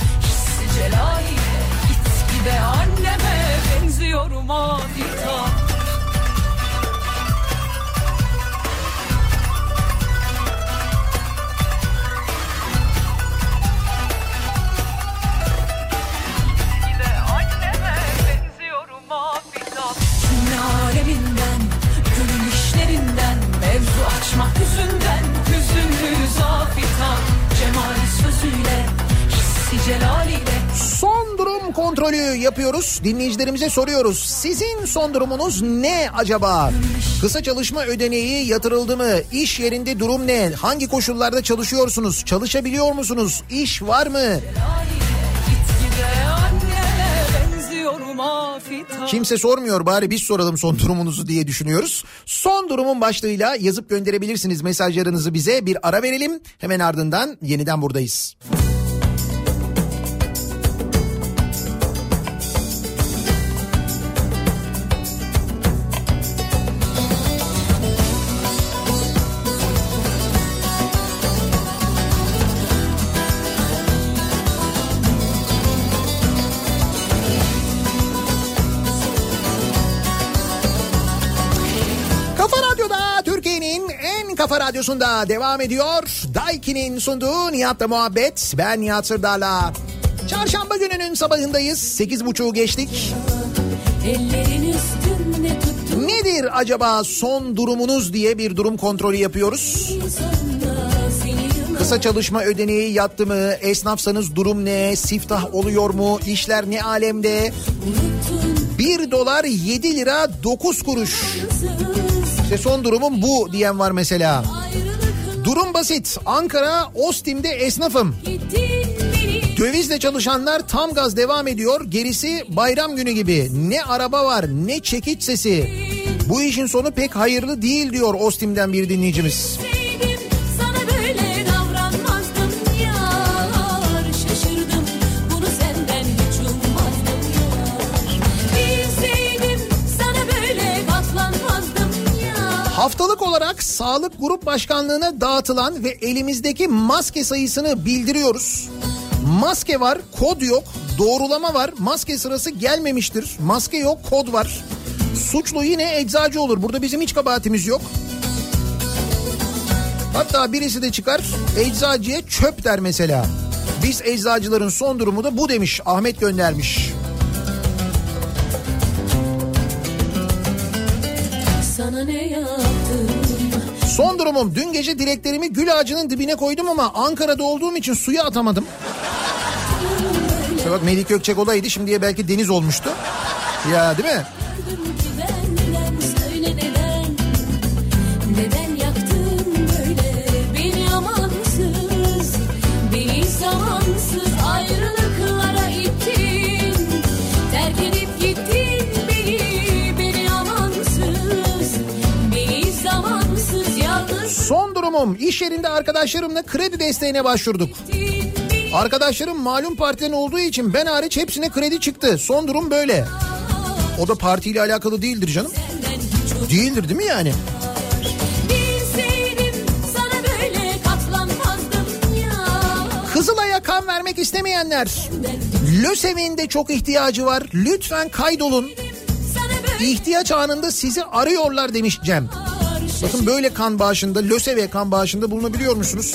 Açma hüzünden, hüzünlü zafita cemali sözüyle, hissi celaliyle. Son durum kontrolü yapıyoruz. Dinleyicilerimize soruyoruz. Sizin son durumunuz ne acaba? Kısa çalışma ödeneği yatırıldı mı? İş yerinde durum ne? Hangi koşullarda çalışıyorsunuz? Çalışabiliyor musunuz? İş var mı? Kimse sormuyor, bari biz soralım son durumunuzu diye düşünüyoruz. Son durumun başlığıyla yazıp gönderebilirsiniz mesajlarınızı bize. Bir ara verelim, hemen ardından yeniden buradayız. Kafa Radyosu'nda devam ediyor. Daiki'nin sunduğu Nihat'la muhabbet. Ben Nihat Sırdar'la. Çarşamba gününün sabahındayız. Sekiz buçuğu geçtik. Nedir acaba son durumunuz diye bir durum kontrolü yapıyoruz. Kısa çalışma ödeneği yattı mı? Esnafsanız durum ne? Siftah oluyor mu? İşler ne alemde? bir dolar yedi lira dokuz kuruş. İşte son durumum bu diyen var mesela. Durum basit. Ankara Ostim'de esnafım. Dövizle çalışanlar tam gaz devam ediyor. Gerisi bayram günü gibi. Ne araba var ne çekiç sesi. Bu işin sonu pek hayırlı değil diyor Ostim'den bir dinleyicimiz. Haftalık olarak Sağlık Grup Başkanlığı'na dağıtılan ve elimizdeki maske sayısını bildiriyoruz. Maske var, kod yok, doğrulama var, maske sırası gelmemiştir. Maske yok, kod var. Suçlu yine eczacı olur. Burada bizim hiç kabahatimiz yok. Hatta birisi de çıkar eczacıya çöp der mesela. Biz eczacıların son durumu da bu demiş. Ahmet göndermiş. Sana ne yaptım? Son durumum, dün gece dileklerimi gül ağacının dibine koydum ama Ankara'da olduğum için suya atamadım. İşte bak Melih Gökçek olaydı, şimdiye belki deniz olmuştu. Ya değil mi? Neden yaktın böyle beni amansız, beni zamansız ayrılıklara ittin, terk edip gittin beni, beni amansız, beni zamansız yalnız. Son durumum, iş yerinde arkadaşlarımla kredi desteğine başvurduk. Arkadaşlarım malum partiden olduğu için ben hariç hepsine kredi çıktı. Son durum böyle. O da partiyle alakalı değildir canım. Değildir değil mi yani? Kızılay'a kan vermek istemeyenler, LÖSEV'in de çok ihtiyacı var. Lütfen kaydolun. İhtiyaç anında sizi arıyorlar demiş Cem. Bakın böyle kan bağışında, LÖSEV'e kan bağışında bulunabiliyor musunuz?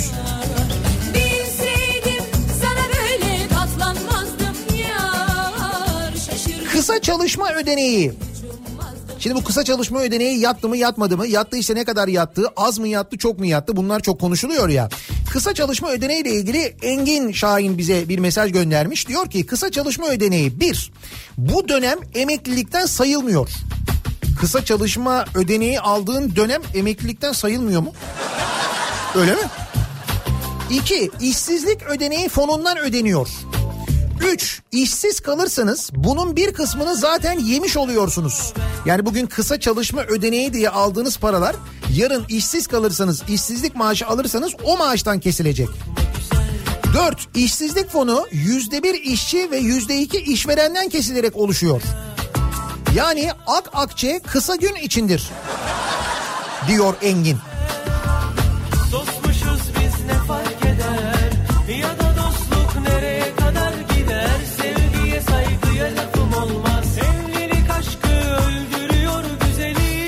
Kısa çalışma ödeneği. Şimdi bu kısa çalışma ödeneği yattı mı yatmadı mı? Yattıysa ne kadar yattı? Az mı yattı, çok mu yattı? Bunlar çok konuşuluyor ya. Kısa çalışma ödeneği ile ilgili Engin Şahin bize bir mesaj göndermiş. Diyor ki kısa çalışma ödeneği bir, bu dönem emeklilikten sayılmıyor. Kısa çalışma ödeneği aldığın dönem emeklilikten sayılmıyor mu? Öyle mi? İki, işsizlik ödeneği fonundan ödeniyor. Üç, işsiz kalırsanız bunun bir kısmını zaten yemiş oluyorsunuz. Yani bugün kısa çalışma ödeneği diye aldığınız paralar yarın işsiz kalırsanız, işsizlik maaşı alırsanız o maaştan kesilecek. Dört, işsizlik fonu yüzde bir işçi ve yüzde iki işverenden kesilerek oluşuyor. Yani ak akçe kısa gün içindir diyor Engin. Dostmuşuz biz ne fark eder ya da dostluk nereye kadar gider, sevgiye saygıya lafım olmaz, evlilik aşkı öldürüyor güzeli,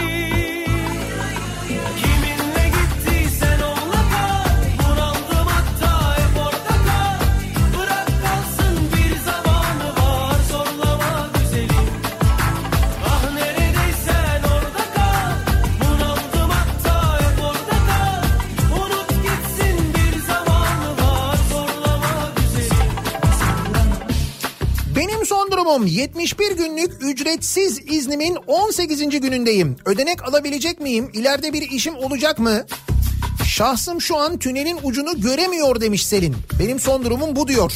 kiminle gittiysen onunla kal, bunaldım hatta hep orada kal, bırak kalsın bir zamanı var, zorlama güzelim, ah neredeysen orada kal, bunaldım hatta hep orada kal, unut gitsin bir zamanı var, zorlama güzelim. Benim son durumum, yetmiş bir günlük ücretsiz iznimin on sekizinci günündeyim. Ödenek alabilecek miyim? İleride bir işim olacak mı? Şahsım şu an tünelin ucunu göremiyor demiş Selin. Benim son durumum bu diyor.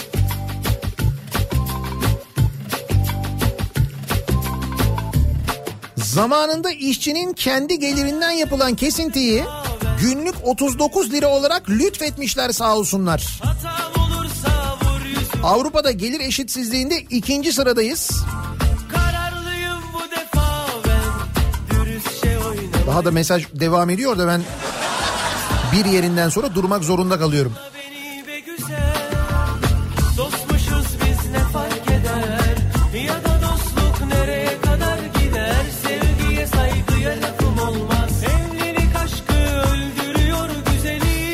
Zamanında işçinin kendi gelirinden yapılan kesintiyi günlük otuz dokuz lira olarak lütfetmişler sağ olsunlar. Hatam olursa vur yüzüme, Avrupa'da gelir eşitsizliğinde ikinci sıradayız. kararlıyım bu defa ben, dürüstçe oynama Daha da mesaj devam ediyor da ben bir yerinden sonra durmak zorunda kalıyorum. beni be güzel. Dostmuşuz biz ne fark eder ya da dostluk nereye kadar gider, sevgiye saygıya lafım olmaz, evlilik aşkı öldürüyor güzeli,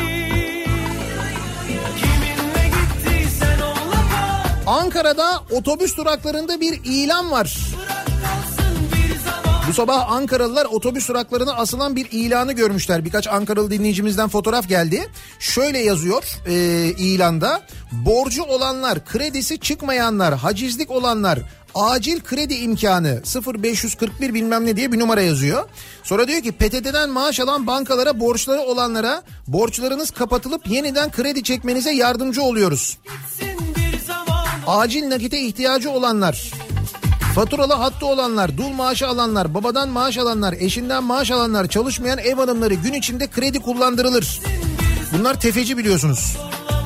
kiminle gittiysen onunla kal, Ankara'da otobüs duraklarında bir ilan var. bırak kalsın bir zaman. Bu sabah Ankaralılar otobüs duraklarına asılan bir ilanı görmüşler. Birkaç Ankaralı dinleyicimizden fotoğraf geldi. Şöyle yazıyor e, ilanda: borcu olanlar, kredisi çıkmayanlar, hacizlik olanlar, acil kredi imkanı sıfır beş kırk bir bilmem ne diye bir numara yazıyor. Sonra diyor ki P T T'den maaş alan bankalara, borçları olanlara borçlarınız kapatılıp yeniden kredi çekmenize yardımcı oluyoruz. Bir zaman Acil nakite ihtiyacı olanlar, faturalı hattı olanlar, dul maaşı alanlar, babadan maaş alanlar, eşinden maaş alanlar, çalışmayan ev hanımları gün içinde kredi kullandırılır. Bunlar tefeci biliyorsunuz.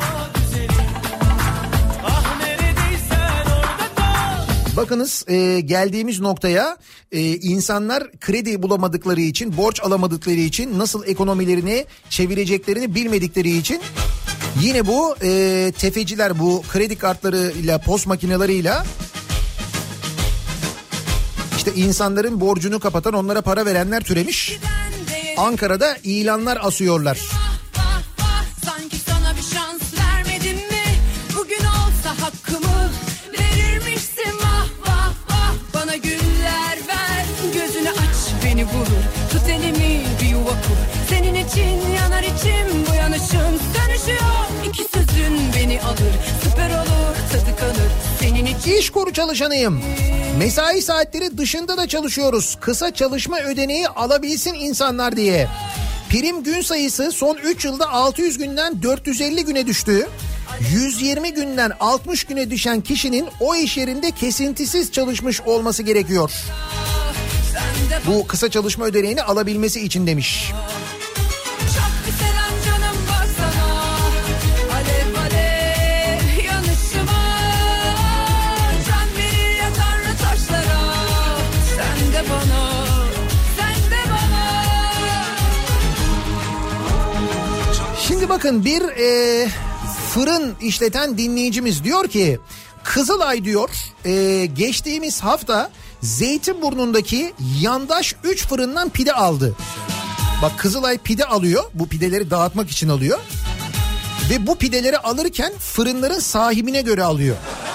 ah neredeysen orada kal, Bakınız e, geldiğimiz noktaya e, insanlar kredi bulamadıkları için, borç alamadıkları için, nasıl ekonomilerini çevireceklerini bilmedikleri için yine bu e, tefeciler bu kredi kartlarıyla, post makineleriyle işte insanların borcunu kapatan, onlara para verenler türemiş. Ankara'da ilanlar asıyorlar. Vah vah, sanki sana bir şans vermedim mi? Bugün olsa hakkımı verirmişsin. Vah vah vah, bana güller ver, gözünü aç beni bulur, tut elimi bir yuva için yanar içim, bu yanışım sönüşüyor. İki sözün beni alır, süper olur, tadı kalır senin için. İş kuru çalışanıyım. Mesai saatleri dışında da çalışıyoruz. Kısa çalışma ödeneği alabilsin insanlar diye. Prim gün sayısı son üç yılda altı yüz günden dört yüz elli güne düştü. yüz yirmi günden altmış güne düşen kişinin o iş yerinde kesintisiz çalışmış olması gerekiyor. Bu kısa çalışma ödeneğini alabilmesi için demiş. Çok bir selam canım baksana, alev alev yanışıma. Can verir ya Tanrı taşlara, sen de bana, sen de bana. Şimdi bakın bir e, fırın işleten dinleyicimiz diyor ki Kızılay diyor e, geçtiğimiz hafta Zeytinburnu'ndaki yandaş üç fırından pide aldı. Bak Kızılay pide alıyor, bu pideleri dağıtmak için alıyor ve bu pideleri alırken fırınların sahibine göre alıyor.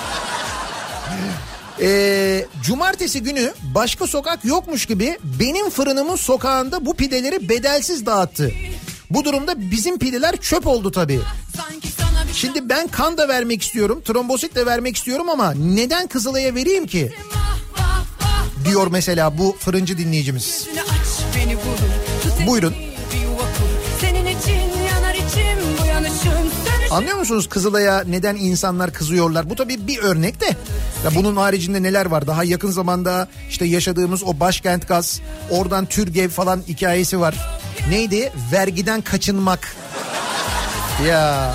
Ee, cumartesi günü başka sokak yokmuş gibi benim fırınımın sokağında bu pideleri bedelsiz dağıttı. Bu durumda bizim pideler çöp oldu tabii. Şimdi ben kan da vermek istiyorum, trombosit de vermek istiyorum ama neden Kızılay'a vereyim ki? Diyor mesela bu fırıncı dinleyicimiz. Buyurun. Senin için yanar içim, bu yanışım sönüşüyor. Anlıyor musunuz Kızılay'a neden insanlar kızıyorlar? Bu tabii bir örnek de. Ya bunun haricinde neler var? Daha yakın zamanda işte yaşadığımız o başkent gaz, oradan Türgev falan hikayesi var. Neydi? Vergiden kaçınmak. Ya.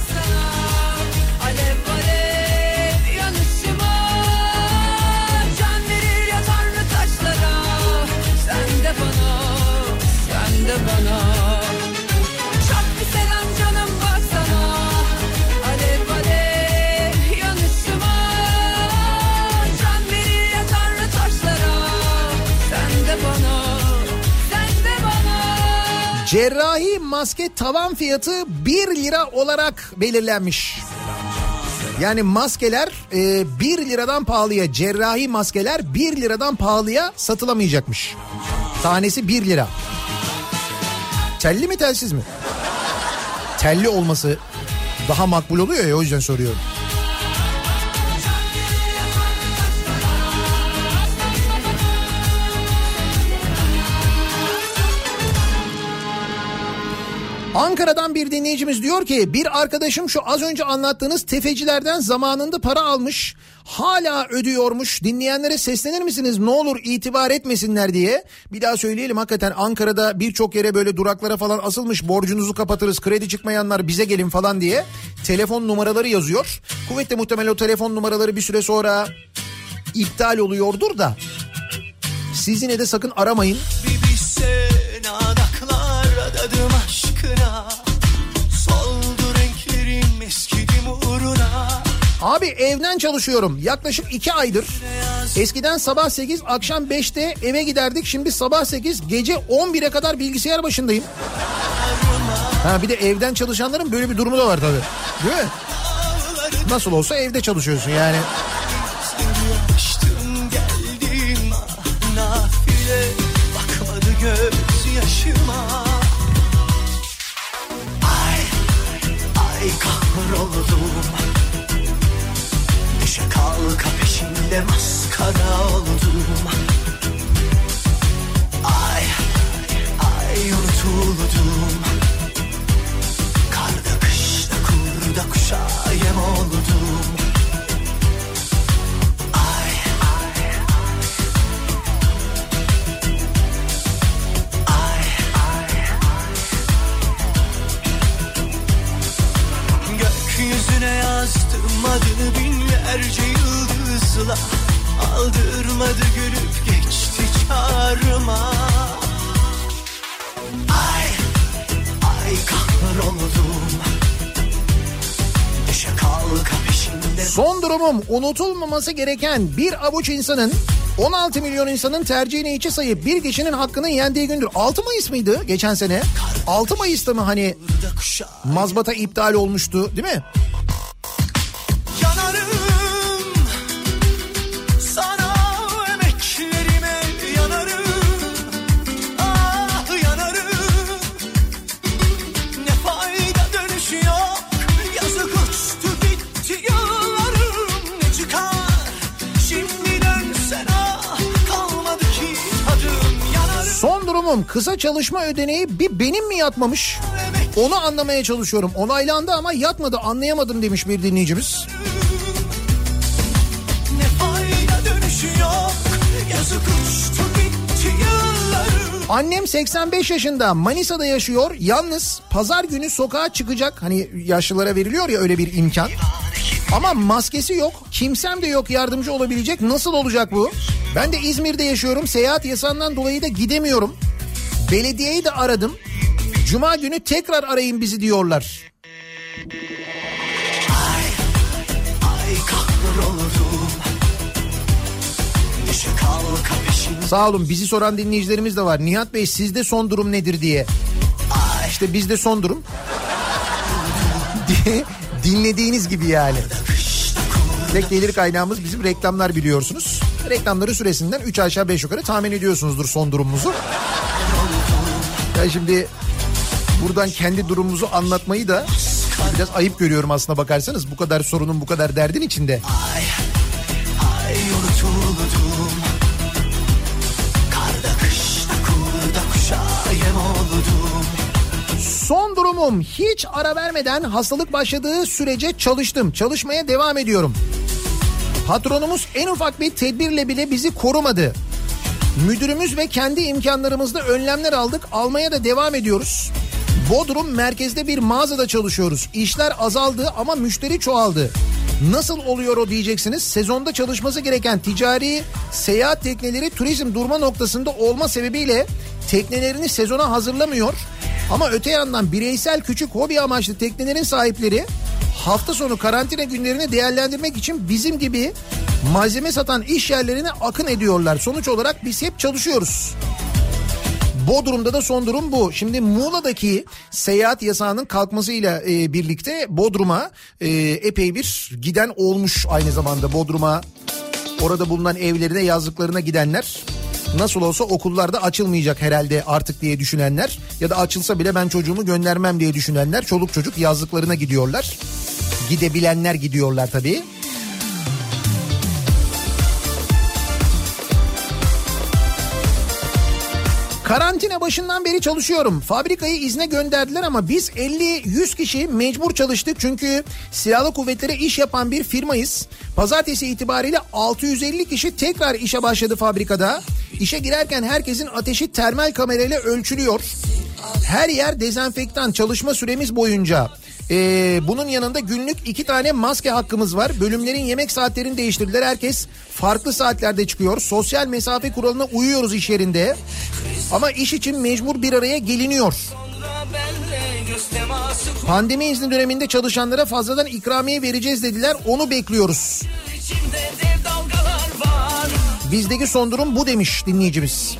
Alev alev yanışıma, can verir ya Tanrı taşlara, sen de bana, sen de bana. Çok bir selam canım baksana, alev alev yanışıma, can verir ya Tanrı taşlara, sen de bana, sen de bana. Cerrahi maske tavan fiyatı bir lira olarak belirlenmiş. Yani maskeler e, bir liradan pahalıya, cerrahi maskeler bir liradan pahalıya satılamayacakmış. Tanesi bir lira. Telli mi telsiz mi? Telli olması daha makbul oluyor ya, o yüzden soruyorum. Ankara'dan bir dinleyicimiz diyor ki bir arkadaşım şu az önce anlattığınız tefecilerden zamanında para almış, hala ödüyormuş. Dinleyenlere seslenir misiniz? Ne olur itibar etmesinler diye. Bir daha söyleyelim, hakikaten Ankara'da birçok yere böyle duraklara falan asılmış, borcunuzu kapatırız, kredi çıkmayanlar bize gelin falan diye telefon numaraları yazıyor. Kuvvetle muhtemel o telefon numaraları bir süre sonra iptal oluyordur da siz yine de sakın aramayın. Bir bilsen adaklar adadım aşkına, soldu renklerim eskidim uğruna. Abi evden çalışıyorum yaklaşık iki aydır. Eskiden sabah sekiz akşam beşte eve giderdik, şimdi sabah sekiz gece on bire kadar bilgisayar başındayım. Ha bir de evden çalışanların böyle bir durumu da var tabii. Değil mi? Nasıl olsa evde çalışıyorsun yani. Göz yaşıma, ay ay kahroldum, düşe kalka peşinde maskara oldum. Ay ay unutuldum, karda kışta kurda kuşa yem oldum. Yüzüne yazdım adını binlerce yıldızla, aldırmadı gülüp geçti çağrıma. Ay ay kahroldum, düşe kalka peşinde. Son durumum unutulmaması gereken bir avuç insanın on altı milyon insanın tercihini içe sayıp bir kişinin hakkının yendiği gündür. altı Mayıs mıydı geçen sene? altı Mayıs'ta mı hani mazbata iptal olmuştu değil mi? Yanarım sana, emeklerime yanarım. Ah yanarım, Şimdi dönsen ah, kalmadı ki adım yanarım. Son durumum, kısa çalışma ödeneği bir benim mi yatmamış? Onu anlamaya çalışıyorum. Onaylandı ama yatmadı, anlayamadım demiş bir dinleyicimiz. Ne fayda dönüşü yok, yazık uçtu gitti yıllarım. Annem seksen beş yaşında, Manisa'da yaşıyor. Yalnız pazar günü sokağa çıkacak. Hani yaşlılara veriliyor ya öyle bir imkan. Ama maskesi yok, kimsem de yok yardımcı olabilecek. Nasıl olacak bu? Ben de İzmir'de yaşıyorum. Seyahat yasağından dolayı da gidemiyorum. Belediyeyi de aradım. Cuma günü tekrar arayın bizi diyorlar. Ay, ay kahrolurum. Düşe kalka peşin. Sağ olun, bizi soran dinleyicilerimiz de var. Nihat Bey sizde son durum nedir diye. Ay. İşte bizde son durum. Dinlediğiniz gibi yani. Tek gelir kaynağımız bizim reklamlar biliyorsunuz. Reklamları süresinden üç aşağı beş yukarı tahmin ediyorsunuzdur son durumumuzu. Ben şimdi buradan kendi durumumuzu anlatmayı da biraz ayıp görüyorum aslına bakarsanız. Bu kadar sorunun, bu kadar derdin içinde. Ay, ay unutuldum. Karda kışta kurda kuşa yem oldum. Son durumum, hiç ara vermeden hastalık başladığı sürece çalıştım. Çalışmaya devam ediyorum. Patronumuz en ufak bir tedbirle bile bizi korumadı. Müdürümüz ve kendi imkanlarımızla önlemler aldık. Almaya da devam ediyoruz. Bodrum merkezde bir mağazada çalışıyoruz. İşler azaldı ama müşteri çoğaldı. Nasıl oluyor o diyeceksiniz. Sezonda çalışması gereken ticari seyahat tekneleri turizm durma noktasında olma sebebiyle teknelerini sezona hazırlamıyor. Ama öte yandan bireysel küçük hobi amaçlı teknelerin sahipleri hafta sonu karantina günlerini değerlendirmek için bizim gibi malzeme satan iş yerlerine akın ediyorlar. Sonuç olarak biz hep çalışıyoruz. Bodrum'da da son durum bu. Şimdi Muğla'daki seyahat yasağının kalkmasıyla e, birlikte Bodrum'a e, epey bir giden olmuş aynı zamanda. Bodrum'a, orada bulunan evlerine, yazlıklarına gidenler, nasıl olsa okullarda açılmayacak herhalde artık diye düşünenler ya da açılsa bile ben çocuğumu göndermem diye düşünenler çoluk çocuk yazlıklarına gidiyorlar. Gidebilenler gidiyorlar tabii. Karantina başından beri çalışıyorum. Fabrikayı izne gönderdiler ama biz elli yüz kişi mecbur çalıştık. Çünkü silahlı kuvvetlere iş yapan bir firmayız. Pazartesi itibariyle altı yüz elli kişi tekrar işe başladı fabrikada. İşe girerken herkesin ateşi termal kamerayla ölçülüyor. Her yer dezenfektan çalışma süremiz boyunca. Ee, bunun yanında günlük iki tane maske hakkımız var. Bölümlerin yemek saatlerini değiştirdiler. Herkes farklı saatlerde çıkıyor. Sosyal mesafe kuralına uyuyoruz iş yerinde. Ama iş için mecbur bir araya geliniyor. Pandemi izni döneminde çalışanlara fazladan ikramiye vereceğiz dediler. Onu bekliyoruz. Bizdeki son durum bu demiş dinleyicimiz.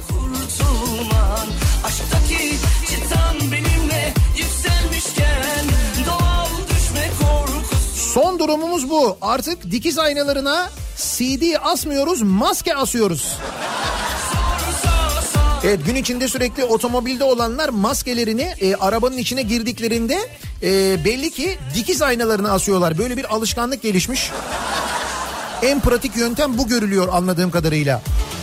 Son durumumuz bu. Artık dikiz aynalarına C D asmıyoruz, maske asıyoruz. Evet, gün içinde sürekli otomobilde olanlar maskelerini e, arabanın içine girdiklerinde e, belli ki dikiz aynalarını asıyorlar. Böyle bir alışkanlık gelişmiş. En pratik yöntem bu görülüyor anladığım kadarıyla.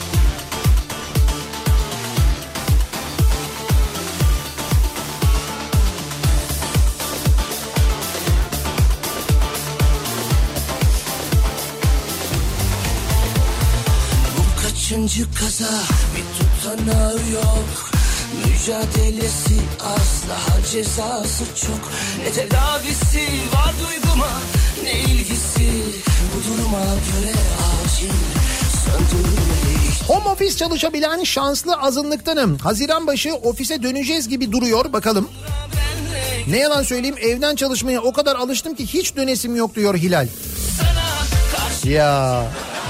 Kaçıncı kaza, bir tutanağı yok. Mücadelesi az, daha cezası çok. Ne tedavisi var duyguma, ne ilgisi bu duruma göre acil söndürmeyi. Home office çalışabilen şanslı azınlıktanım. Haziran başı ofise döneceğiz gibi duruyor, bakalım. Ne yalan söyleyeyim, evden çalışmaya o kadar alıştım ki hiç dönesim yok diyor Hilal. Ya...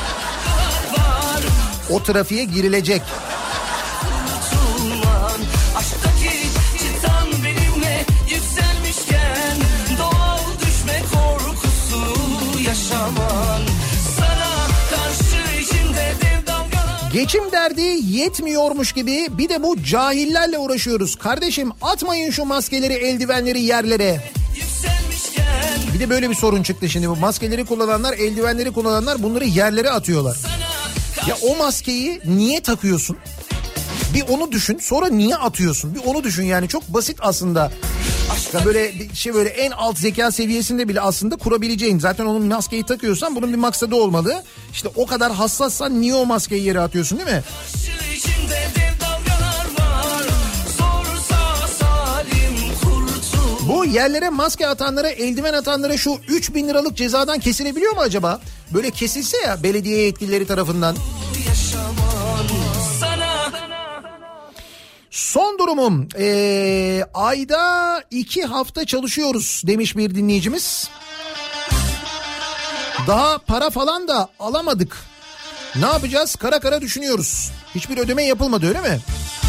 O trafiğe girilecek. Geçim derdi yetmiyormuş gibi bir de bu cahillerle uğraşıyoruz. Kardeşim atmayın şu maskeleri, eldivenleri yerlere. Bir de böyle bir sorun çıktı şimdi. Bu maskeleri kullananlar, eldivenleri kullananlar bunları yerlere atıyorlar. Ya o maskeyi niye takıyorsun? Bir onu düşün, sonra niye atıyorsun? Bir onu düşün, yani çok basit aslında. Ya böyle bir şey, böyle en alt zeka seviyesinde bile aslında kurabileceğin. Zaten onun maskeyi takıyorsan bunun bir maksadı olmalı. İşte o kadar hassassan niye o maskeyi yere atıyorsun, değil mi? Bu yerlere maske atanlara, eldiven atanlara şu üç bin liralık cezadan kesilebiliyor mu acaba? Böyle kesilse ya belediye yetkilileri tarafından. Son durumum, ee, ayda iki hafta çalışıyoruz demiş bir dinleyicimiz. Daha para falan da alamadık. Ne yapacağız? Kara kara düşünüyoruz. Hiçbir ödeme yapılmadı, öyle mi?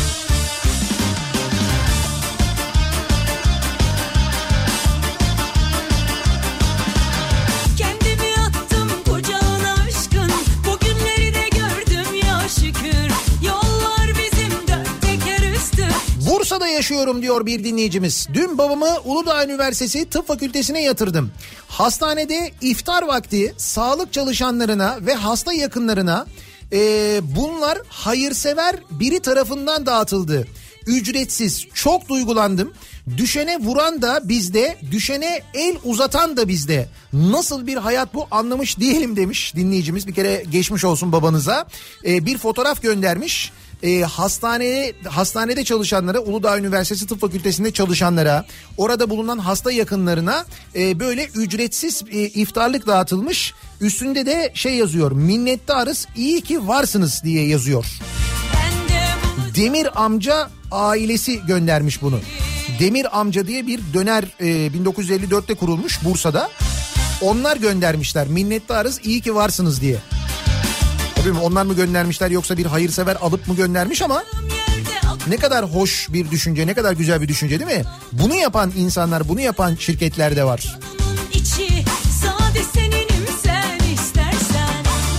Bursa'da yaşıyorum diyor bir dinleyicimiz. Dün babamı Uludağ Üniversitesi Tıp Fakültesine yatırdım. Hastanede iftar vakti sağlık çalışanlarına ve hasta yakınlarına e, bunlar hayırsever biri tarafından dağıtıldı. Ücretsiz. Çok duygulandım. Düşene vuran da bizde, düşene el uzatan da bizde. Nasıl bir hayat bu, anlamış değilim demiş dinleyicimiz. Bir kere geçmiş olsun babanıza. E, bir fotoğraf göndermiş. E, hastaneye, hastanede çalışanlara, Uludağ Üniversitesi Tıp Fakültesi'nde çalışanlara, orada bulunan hasta yakınlarına e, böyle ücretsiz e, iftarlık dağıtılmış. Üstünde de şey yazıyor, minnettarız, iyi ki varsınız diye yazıyor. Demir amca ailesi göndermiş bunu. Demir amca diye bir döner e, bin dokuz yüz elli dörtte kurulmuş Bursa'da. Onlar göndermişler, minnettarız, iyi ki varsınız diye. Tabii onlar mı göndermişler yoksa bir hayırsever alıp mı göndermiş, ama ne kadar hoş bir düşünce, ne kadar güzel bir düşünce, değil mi? Bunu yapan insanlar, bunu yapan şirketler de var. İçi, sade seninim sen istersen.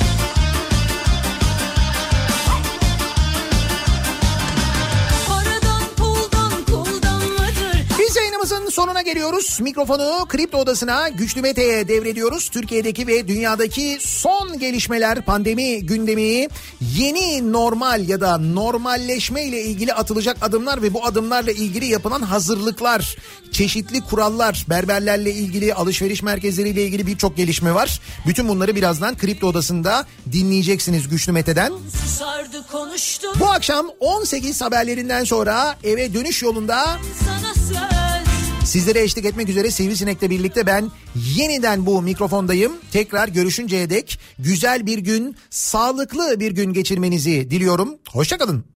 Paradan, puldan, kuldan mıdır? Biz yayınımızın sonuna geliyoruz. Mikrofonu Kripto Odası'na Güçlü Mete'ye devrediyoruz. Türkiye'deki ve dünyadaki son gelişmeler, pandemi gündemi, yeni normal ya da normalleşme ile ilgili atılacak adımlar ve bu adımlarla ilgili yapılan hazırlıklar, çeşitli kurallar, berberlerle ilgili, alışveriş merkezleriyle ilgili birçok gelişme var. Bütün bunları birazdan Kripto Odası'nda dinleyeceksiniz Güçlü Mete'den. Bu akşam on sekiz haberlerinden sonra eve dönüş yolunda sizlere eşlik etmek üzere Sivrisinek'le birlikte ben yeniden bu mikrofondayım. Tekrar görüşünceye dek güzel bir gün, sağlıklı bir gün geçirmenizi diliyorum. Hoşça kalın.